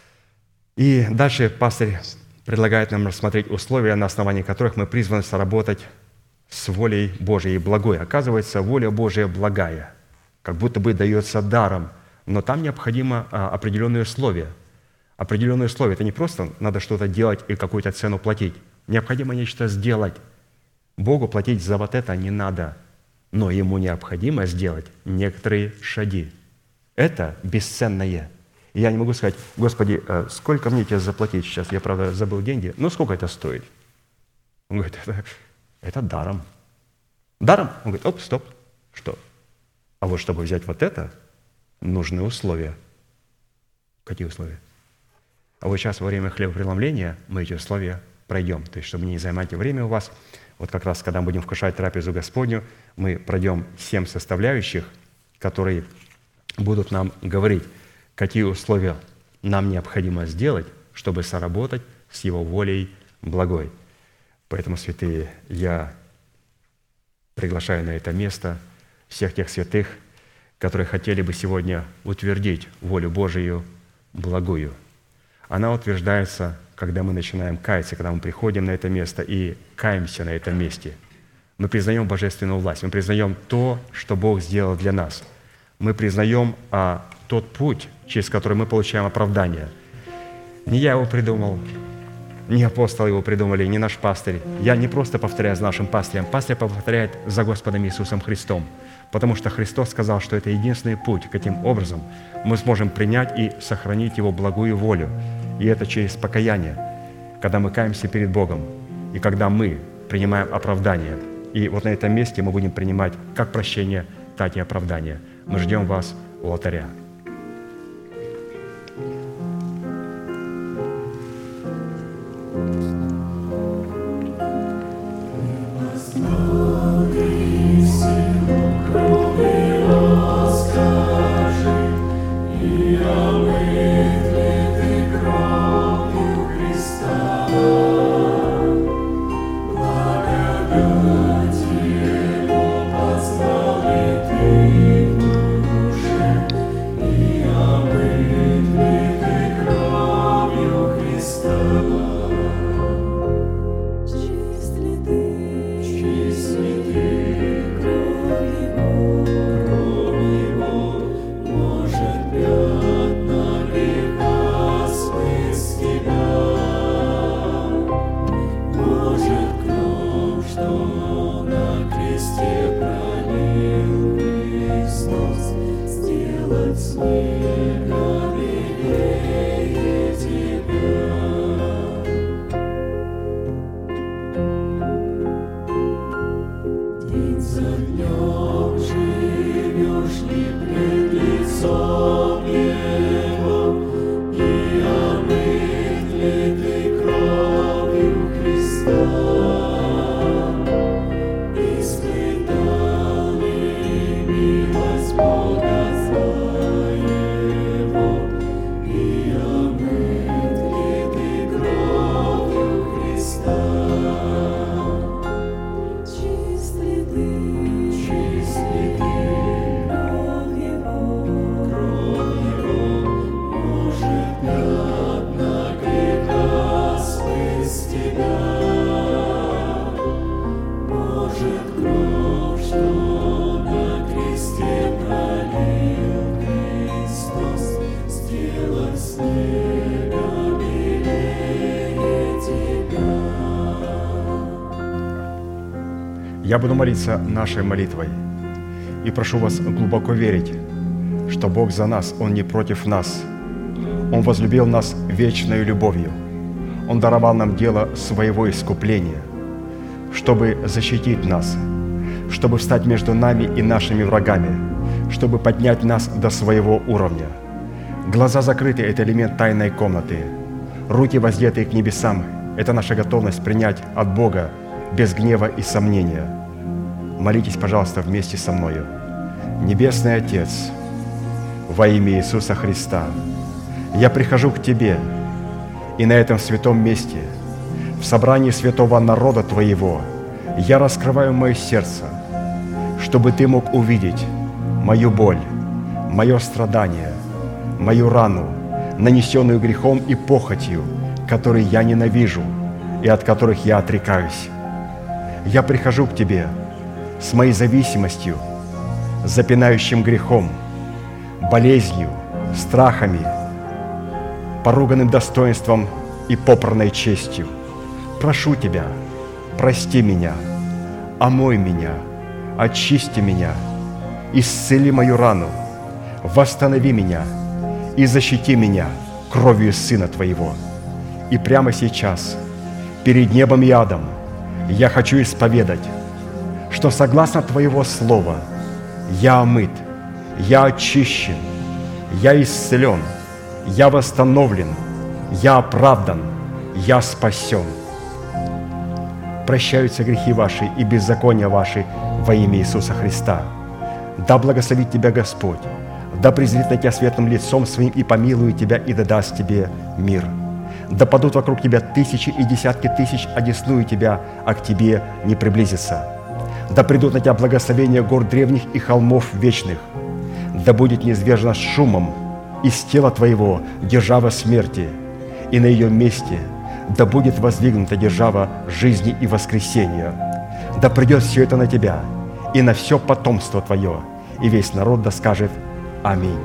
И дальше пастырь предлагает нам рассмотреть условия, на основании которых мы призваны соработать с волей Божией благой. Оказывается, воля Божия благая, как будто бы дается даром, но там необходимо а, определенные условия. Определенные условия – это не просто надо что-то делать и какую-то цену платить. Необходимо нечто сделать. Богу платить за вот это не надо, но Ему необходимо сделать некоторые шаги. Это бесценное. И я не могу сказать: Господи, сколько мне тебе заплатить сейчас? Я, правда, забыл деньги. Ну, сколько это стоит? Он говорит: это, это даром. Даром? Он говорит: оп, стоп. Что? А вот чтобы взять вот это, нужны условия. Какие условия? А вот сейчас во время хлебопреломления мы эти условия пройдем. То есть, чтобы не займать время у вас, вот как раз, когда мы будем вкушать трапезу Господню, мы пройдем семь составляющих, которые будут нам говорить, какие условия нам необходимо сделать, чтобы соработать с Его волей благой. Поэтому, святые, я приглашаю на это место всех тех святых, которые хотели бы сегодня утвердить волю Божию благую. Она утверждается, когда мы начинаем каяться, когда мы приходим на это место и каемся на этом месте. Мы признаем божественную власть, мы признаем то, что Бог сделал для нас. Мы признаем а, тот путь, через который мы получаем оправдание. Не я его придумал, не апостол его придумали, не наш пастырь. Я не просто повторяю за нашим пастырем. Пастырь повторяет за Господом Иисусом Христом, потому что Христос сказал, что это единственный путь. Каким образом мы сможем принять и сохранить Его благую волю. И это через покаяние. когда мы каемся перед Богом и когда мы принимаем оправдание. И вот на этом месте мы будем принимать как прощение, так и оправдание. Мы ждем вас у алтаря. Я буду молиться нашей молитвой и прошу вас глубоко верить, что Бог за нас, Он не против нас. Он возлюбил нас вечной любовью. Он даровал нам дело своего искупления, чтобы защитить нас, чтобы встать между нами и нашими врагами, чтобы поднять нас до своего уровня. Глаза закрыты – это элемент тайной комнаты. Руки воздетые к небесам – это наша готовность принять от Бога без гнева и сомнения. Молитесь, пожалуйста, вместе со мною. Небесный Отец, во имя Иисуса Христа, я прихожу к Тебе, и на этом святом месте, в собрании святого народа Твоего, я раскрываю мое сердце, чтобы Ты мог увидеть мою боль, мое страдание, мою рану, нанесенную грехом и похотью, которые я ненавижу и от которых я отрекаюсь. Я прихожу к Тебе с моей зависимостью, запинающим грехом, болезнью, страхами, поруганным достоинством и попранной честью. Прошу Тебя, прости меня, омой меня, очисти меня, исцели мою рану, восстанови меня и защити меня кровью Сына Твоего. И прямо сейчас, перед небом и адом, я хочу исповедать, что согласно Твоего Слова я омыт, я очищен, я исцелен, я восстановлен, я оправдан, я спасен. Прощаются грехи ваши и беззакония ваши во имя Иисуса Христа. Да благословит тебя Господь, да презрит на тебя светлым лицом своим и помилует тебя и да даст тебе мир. Да падут вокруг тебя тысячи и десятки тысяч, одесную тебя, а к тебе не приблизится. Да придут на тебя благословения гор древних и холмов вечных. Да будет низвержена шумом из тела твоего держава смерти, и на ее месте да будет воздвигнута держава жизни и воскресения. Да придет все это на тебя и на все потомство твое, и весь народ да скажет Аминь.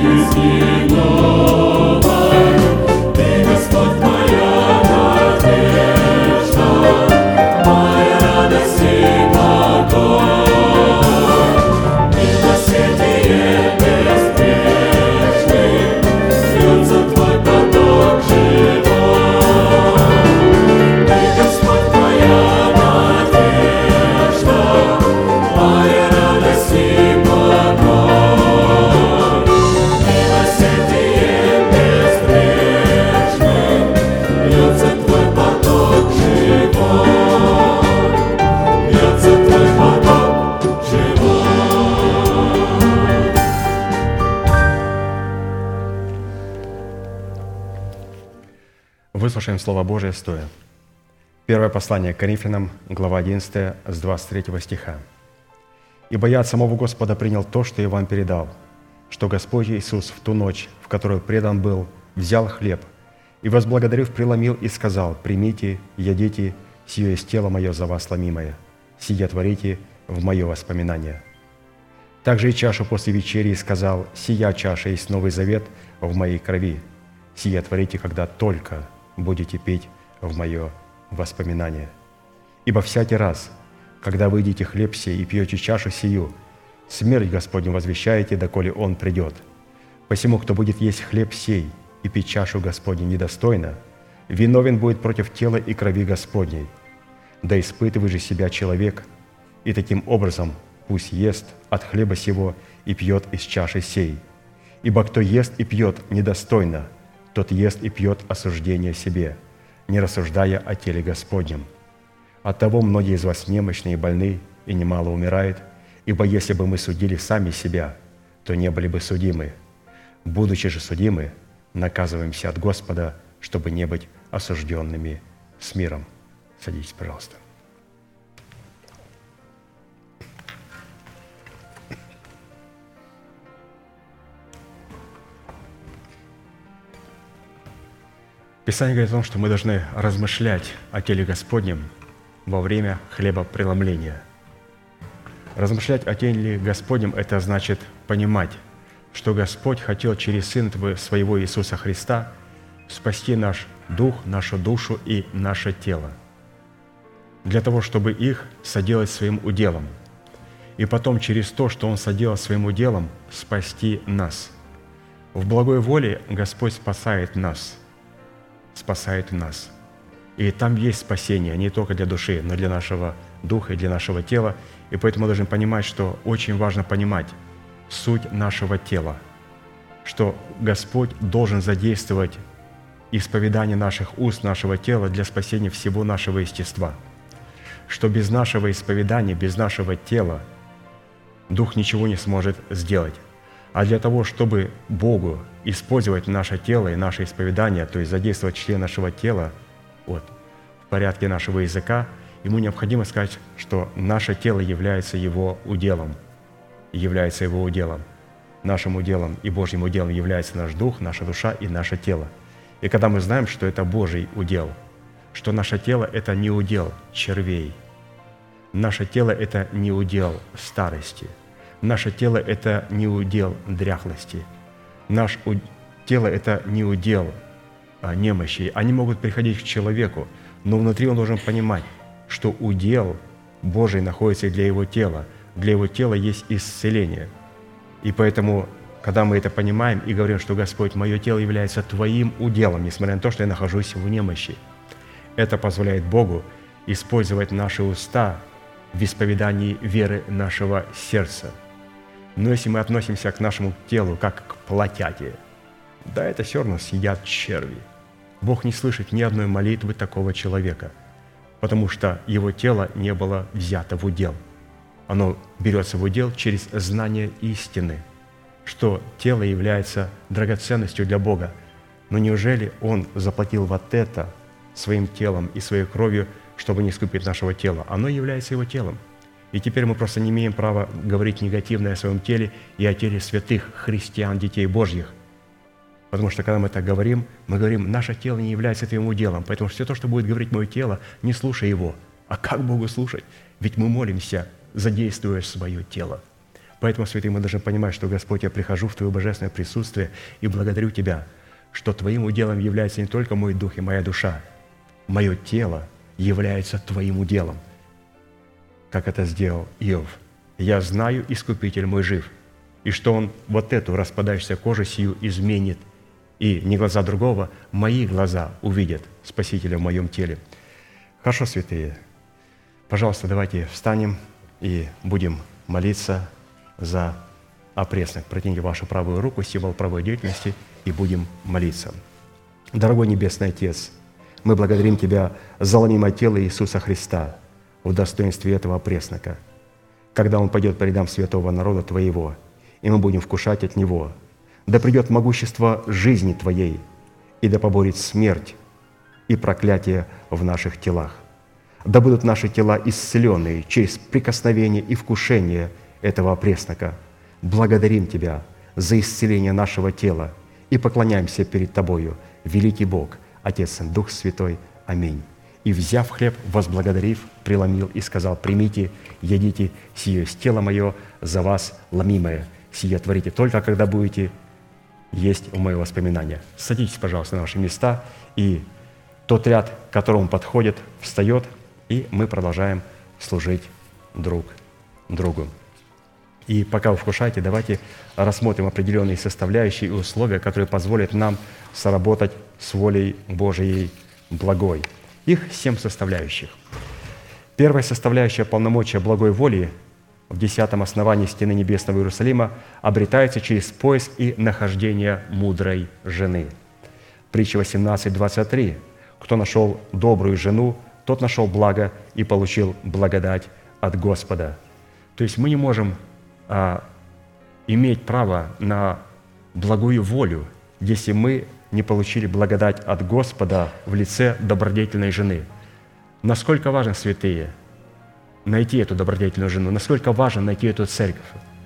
жизни новой. Ты, Господь, моя надежда, моя радость и покой. Милосердие безбрежное, льется Твой поток живой. Ты, Господь, моя надежда, моя радость и покой. Милосердие безбрежное, льется Твой поток живой. Льется Твой поток живой. Выслушаем Слово Божие стоя. Первое послание к Коринфянам, глава одиннадцатая, с двадцать третьего стиха. «Ибо я от самого Господа принял то, что я вам передал, что Господь Иисус в ту ночь, в которую предан был, взял хлеб и, возблагодарив, преломил и сказал: примите, ядите, сие есть тело мое за вас ломимое, сие творите в мое воспоминание. Также и чашу после вечери сказал: сия чаша есть новый завет в моей крови, сие творите, когда только будете пить в мое воспоминание. Ибо всякий раз, когда вы едите хлеб сей и пьете чашу сию, смерть Господню возвещаете, доколе Он придет. Посему, кто будет есть хлеб сей и пить чашу Господню недостойно, виновен будет против тела и крови Господней. Да испытывай же себя человек, и таким образом пусть ест от хлеба сего и пьет из чаши сей. Ибо кто ест и пьет недостойно, тот ест и пьет осуждение себе, не рассуждая о теле Господнем. Оттого многие из вас немощны и больны, и немало умирает, ибо если бы мы судили сами себя, то не были бы судимы. Будучи же судимы, наказываемся от Господа, чтобы не быть осужденными с миром». Садитесь, пожалуйста. Писание говорит о том, что мы должны размышлять о теле Господнем во время хлебопреломления. Размышлять о теле Господнем – это значит понимать, что Господь хотел через Сына Своего Иисуса Христа спасти наш дух, нашу душу и наше тело, для того, чтобы их соделать своим уделом, и потом через то, что Он соделал своим уделом, спасти нас. В благой воле Господь спасает нас, спасает нас. И там есть спасение не только для души, но и для нашего духа и для нашего тела. И поэтому мы должны понимать, что очень важно понимать суть нашего тела, что Господь должен задействовать исповедание наших уст, нашего тела для спасения всего нашего естества, что без нашего исповедания, без нашего тела Дух ничего не сможет сделать. А для того, чтобы Богу использовать наше тело и наше исповедание, то есть задействовать член нашего тела вот, в порядке нашего языка, Ему необходимо сказать, что наше тело является Его уделом, является Его уделом. Нашим уделом и Божьим уделом является наш дух, наша душа и наше тело. И когда мы знаем, что это Божий удел, что наше тело – это не удел червей, наше тело – это не удел старости, наше тело – это не удел дряхлости, наше у... тело – это не удел а, немощи. Они могут приходить к человеку, но внутри он должен понимать, что удел Божий находится и для его тела. Для его тела есть исцеление. И поэтому, когда мы это понимаем и говорим, что «Господь, мое тело является Твоим уделом, несмотря на то, что я нахожусь в немощи», это позволяет Богу использовать наши уста в исповедании веры нашего сердца. Но если мы относимся к нашему телу как к плотяти, да, это все равно съедят черви. Бог не слышит ни одной молитвы такого человека, потому что его тело не было взято в удел. Оно берется в удел через знание истины, что тело является драгоценностью для Бога. Но неужели Он заплатил вот это своим телом и своей кровью, чтобы не искупить нашего тела? Оно является Его телом. И теперь мы просто не имеем права говорить негативное о своем теле и о теле святых христиан, детей Божьих. Потому что, когда мы так говорим, мы говорим, наше тело не является твоим уделом, поэтому все то, что будет говорить мое тело, не слушай его. А как Богу слушать? Ведь мы молимся, задействуя свое тело. Поэтому, святые, мы должны понимать, что, Господь, я прихожу в Твое божественное присутствие и благодарю Тебя, что Твоим уделом является не только мой дух и моя душа, мое тело является Твоим уделом, как это сделал Иов. Я знаю, Искупитель мой жив, и что Он вот эту распадающуюся кожу сию изменит, и не глаза другого, мои глаза увидят Спасителя в моем теле. Хорошо, святые, пожалуйста, давайте встанем и будем молиться за опреснок. Протяните вашу правую руку, символ правой деятельности, и будем молиться. Дорогой Небесный Отец, мы благодарим Тебя за ломимое тело Иисуса Христа в достоинстве этого опреснока, когда Он пойдет по рядам святого народа Твоего, и мы будем вкушать от Него. Да придет могущество жизни Твоей, и да поборет смерть и проклятие в наших телах. Да будут наши тела исцеленные через прикосновение и вкушение этого опреснока. Благодарим Тебя за исцеление нашего тела и поклоняемся перед Тобою, великий Бог, Отец, Дух Святой. Аминь. И, взяв хлеб, возблагодарив, преломил и сказал: «Примите, едите, сие есть тело мое за вас ломимое, сие творите только, когда будете есть в мое воспоминание». Садитесь, пожалуйста, на ваши места, и тот ряд, к которому подходит, встает, и мы продолжаем служить друг другу. И пока вы вкушаете, давайте рассмотрим определенные составляющие и условия, которые позволят нам соработать с волей Божией благой. Их семь составляющих. Первая составляющая полномочия благой воли в десятом основании стены небесного Иерусалима обретается через поиск и нахождение мудрой жены. Притча восемнадцать двадцать три. «Кто нашел добрую жену, тот нашел благо и получил благодать от Господа». То есть мы не можем а, иметь право на благую волю, если мы не получили благодать от Господа в лице добродетельной жены. Насколько важно, святые, найти эту добродетельную жену, насколько важно найти эту церковь.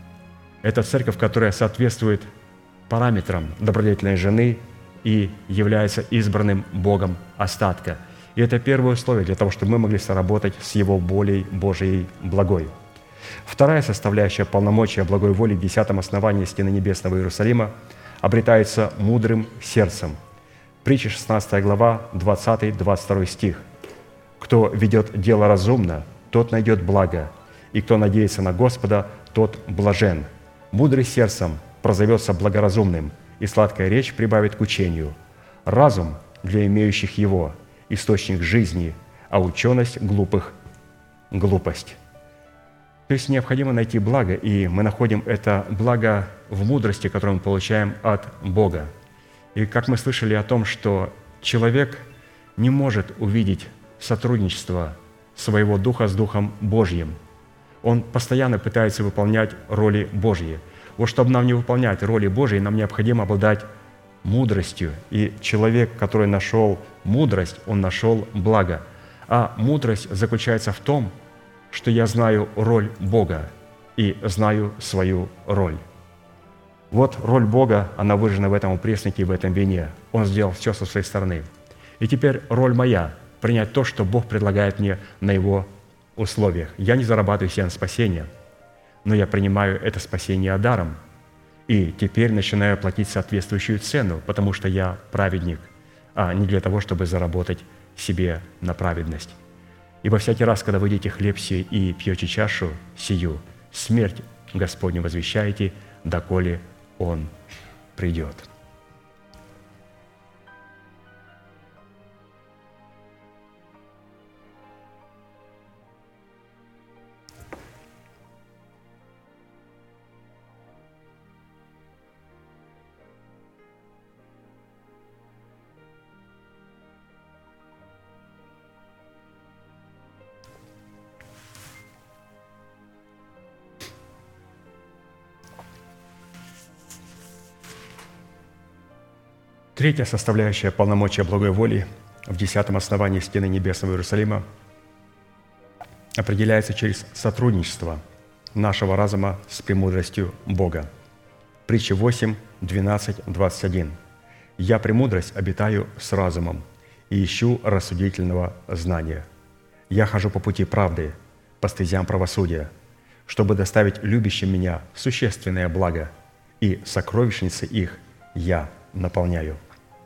Это церковь, которая соответствует параметрам добродетельной жены и является избранным Богом остатка. И это первое условие для того, чтобы мы могли соработать с Его волей Божией благой. Вторая составляющая полномочия благой воли в десятом основании стены небесного Иерусалима обретается мудрым сердцем. Притча шестнадцатая глава, двадцатый двадцать второй стих. «Кто ведет дело разумно, тот найдет благо, и кто надеется на Господа, тот блажен. Мудрый сердцем прозовется благоразумным, и сладкая речь прибавит к учению. Разум для имеющих его – источник жизни, а ученость глупых – глупость». То есть необходимо найти благо, и мы находим это благо в мудрости, которую мы получаем от Бога. И как мы слышали о том, что человек не может увидеть сотрудничество своего духа с Духом Божьим. Он постоянно пытается выполнять роли Божьи. Вот чтобы нам не выполнять роли Божьи, нам необходимо обладать мудростью. И человек, который нашел мудрость, он нашел благо. А мудрость заключается в том, что я знаю роль Бога и знаю свою роль. Вот роль Бога, она выражена в этом опреснике и в этом вине. Он сделал все со своей стороны. И теперь роль моя – принять то, что Бог предлагает мне на Его условиях. Я не зарабатываю себе на спасение, но я принимаю это спасение даром. И теперь начинаю платить соответствующую цену, потому что я праведник, а не для того, чтобы заработать себе на праведность. Ибо всякий раз, когда вы едите хлеб сей и пьете чашу сию, смерть Господню возвещаете, доколе Он придет. Третья составляющая полномочия благой воли в десятом основании стены небесного Иерусалима определяется через сотрудничество нашего разума с премудростью Бога. Притча восемь, двенадцать, двадцать один. «Я премудрость обитаю с разумом и ищу рассудительного знания. Я хожу по пути правды, по стезям правосудия, чтобы доставить любящим меня существенное благо, и сокровищницы их я наполняю».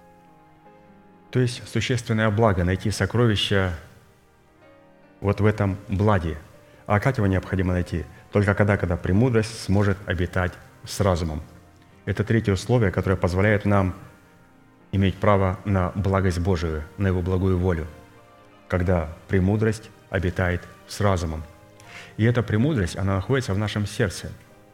То есть существенное благо, найти сокровища вот в этом благе. А как его необходимо найти? Только когда, когда премудрость сможет обитать с разумом. Это третье условие, которое позволяет нам иметь право на благость Божию, на Его благую волю, когда премудрость обитает с разумом. И эта премудрость, она находится в нашем сердце.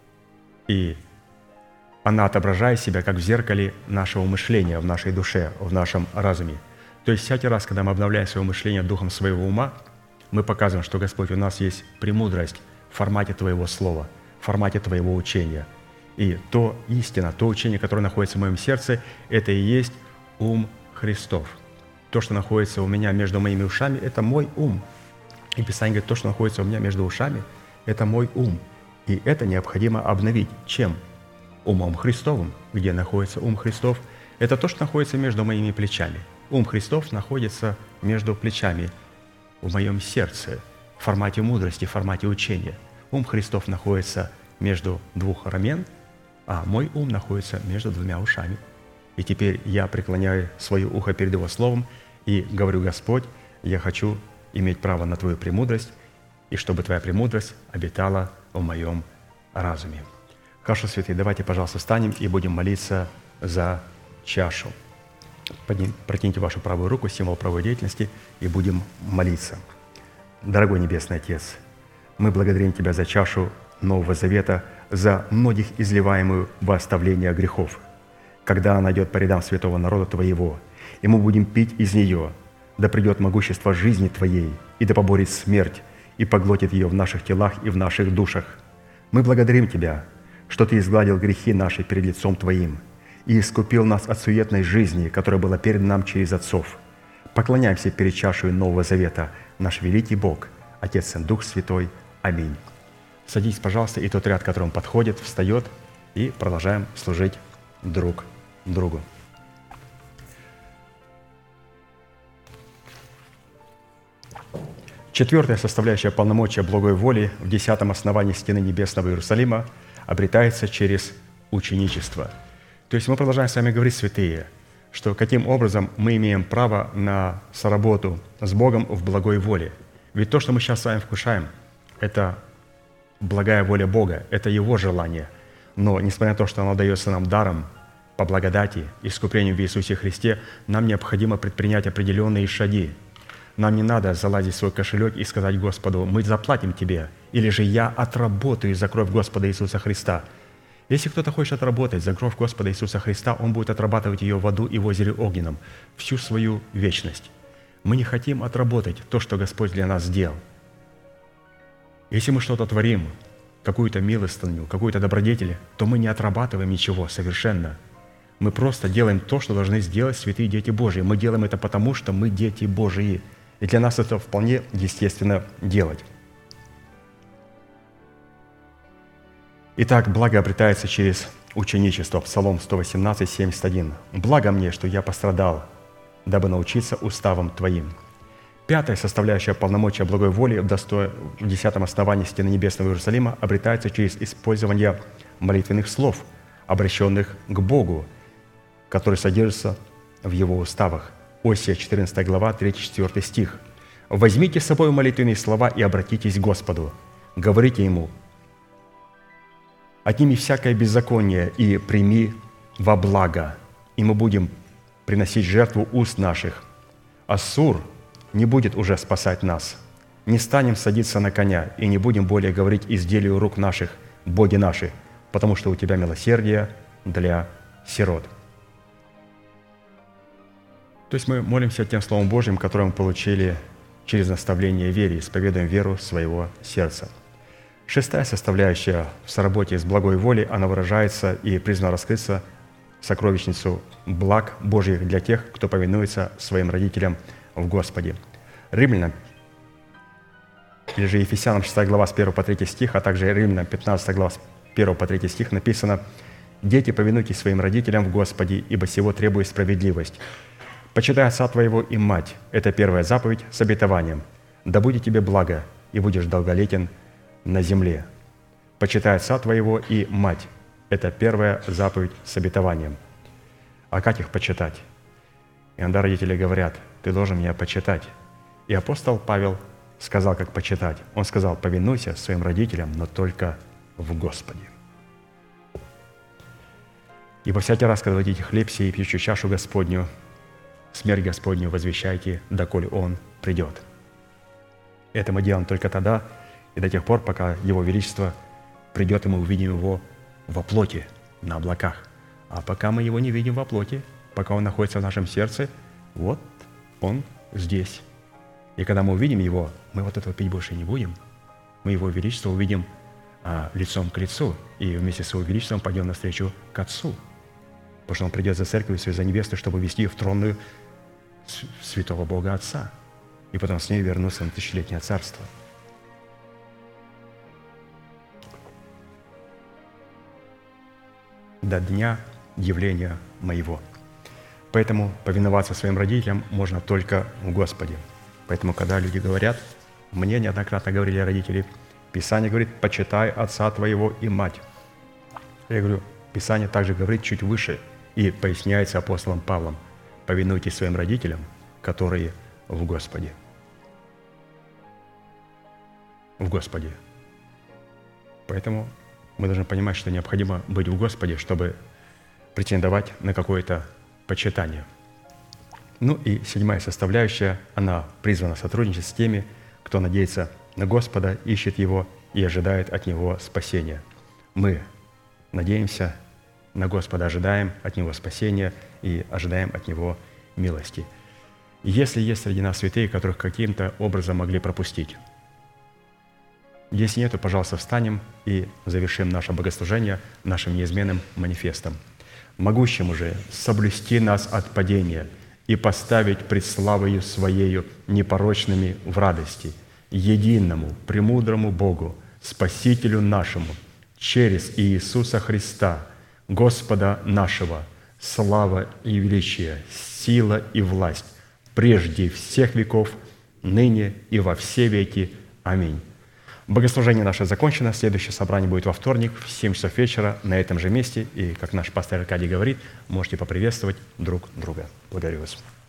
И она отображает себя, как в зеркале нашего мышления, в нашей душе, в нашем разуме. То есть всякий раз, когда мы обновляем свое мышление духом своего ума, мы показываем, что, Господь, у нас есть премудрость в формате Твоего Слова, в формате Твоего учения. И то истина, то учение, которое находится в моем сердце, это и есть ум Христов. То, что находится у меня между моими ушами, это мой ум. И Писание говорит, то, что находится у меня между ушами, это мой ум. И это необходимо обновить. Чем? Умом Христовым. Где находится ум Христов? Это то, что находится между моими плечами. Ум Христов находится между плечами в моем сердце, в формате мудрости, в формате учения. Ум Христов находится между двух рамен, а мой ум находится между двумя ушами. И теперь я преклоняю свое ухо перед Его Словом и говорю: Господь, я хочу иметь право на Твою премудрость, и чтобы Твоя премудрость обитала в моем разуме. Хорошо, святые, давайте, пожалуйста, встанем и будем молиться за чашу. Протяните вашу правую руку, символ правой деятельности, и будем молиться. Дорогой Небесный Отец, мы благодарим Тебя за чашу Нового Завета, за многих изливаемую во оставление грехов, когда она идет по рядам святого народа Твоего, и мы будем пить из нее, да придет могущество жизни Твоей, и да поборет смерть, и поглотит ее в наших телах и в наших душах. Мы благодарим Тебя, что Ты изгладил грехи наши перед лицом Твоим и искупил нас от суетной жизни, которая была передана нам через отцов. Поклоняемся перед чашей Нового Завета, наш великий Бог, Отец, Сын, Дух Святой. Аминь. Садитесь, пожалуйста, и тот ряд, к которому подходит, встает, и продолжаем служить друг другу. Четвертая составляющая полномочия благой воли в десятом основании стены Небесного Иерусалима обретается через ученичество. То есть мы продолжаем с вами говорить, святые, что каким образом мы имеем право на соработу с Богом в благой воле. Ведь то, что мы сейчас с вами вкушаем, это благая воля Бога, это Его желание. Но, несмотря на то, что оно дается нам даром, по благодати, искуплению в Иисусе Христе, нам необходимо предпринять определенные шаги. Нам не надо залазить в свой кошелек и сказать Господу: мы заплатим Тебе, или же я отработаю за кровь Господа Иисуса Христа. Если кто-то хочет отработать за кровь Господа Иисуса Христа, он будет отрабатывать ее в аду и в озере огненном всю свою вечность. Мы не хотим отработать то, что Господь для нас сделал. Если мы что-то творим, какую-то милостыню, какую-то добродетель, то мы не отрабатываем ничего совершенно. Мы просто делаем то, что должны сделать святые дети Божьи. Мы делаем это потому, что мы дети Божьи. И для нас это вполне естественно делать. Итак, благо обретается через ученичество. Псалом сто восемнадцать, семьдесят один. «Благо мне, что я пострадал, дабы научиться уставам Твоим». Пятая составляющая полномочия благой воли в, досто... в десятом основании стены Небесного Иерусалима обретается через использование молитвенных слов, обращенных к Богу, которые содержатся в Его уставах. Осия четырнадцатая глава, третий-четвёртый стих. «Возьмите с собой молитвенные слова и обратитесь к Господу. Говорите Ему: отними всякое беззаконие и прими во благо, и мы будем приносить жертву уст наших. Ассур не будет уже спасать нас. Не станем садиться на коня и не будем более говорить изделию рук наших, боги наши, потому что у Тебя милосердие для сирот». То есть мы молимся тем Словом Божьим, которое мы получили через наставление вере, исповедуем веру своего сердца. Шестая составляющая в соработе с благой волей, она выражается и призвана раскрыться сокровищницу благ Божьих для тех, кто повинуется своим родителям в Господе. Римлянам, или же Ефесянам шестая глава с первого по третий стих, а также Римлянам пятнадцатая глава с первого по третий стих написано: «Дети, повинуйтесь своим родителям в Господе, ибо сего требует справедливость. Почитай отца твоего и мать». Это первая заповедь с обетованием: «Да будет тебе благо, и будешь долголетен на земле». почитай отца твоего и мать. Это первая заповедь с обетованием. А как их почитать? Иногда родители говорят: ты должен меня почитать. И апостол Павел сказал, как почитать. Он сказал: повинуйся своим родителям, но только в Господе. Ибо всякий раз, когда вы едите хлеб сей и пьющую чашу Господню, смерть Господню возвещайте, доколе Он придет. Это мы делаем только тогда и до тех пор, пока Его Величество придет, и мы увидим Его во плоти, на облаках. А пока мы Его не видим во плоти, пока Он находится в нашем сердце, вот Он здесь. И когда мы увидим Его, мы вот этого пить больше не будем. Мы Его Величество увидим а, лицом к лицу, и вместе с Его Величеством пойдем навстречу к Отцу. Потому что Он придет за церковью, за невесту, чтобы вести в тронную святого Бога Отца, и потом с ней вернуться на тысячелетнее царство. До дня явления моего. Поэтому повиноваться своим родителям можно только в Господе. Поэтому, когда люди говорят, мне неоднократно говорили родители, Писание говорит: почитай отца твоего и мать. Я говорю, Писание также говорит чуть выше и поясняется апостолом Павлом: повинуйтесь своим родителям, которые в Господе. В Господе. Поэтому мы должны понимать, что необходимо быть в Господе, чтобы претендовать на какое-то почитание. Ну и седьмая составляющая, она призвана сотрудничать с теми, кто надеется на Господа, ищет Его и ожидает от Него спасения. Мы надеемся на Господа, ожидаем от Него спасения и ожидаем от Него милости. И если есть среди нас святые, которых каким-то образом могли пропустить, если нет, то, пожалуйста, встанем и завершим наше богослужение нашим неизменным манифестом. «Могущему же соблюсти нас от падения и поставить пред славою Своею непорочными в радости, единому, премудрому Богу, Спасителю нашему, через Иисуса Христа, Господа нашего, слава и величие, сила и власть, прежде всех веков, ныне и во все веки. Аминь». Богослужение наше закончено. Следующее собрание будет во вторник в семь часов вечера на этом же месте. И, как наш пастор Аркадий говорит, можете поприветствовать друг друга. Благодарю вас.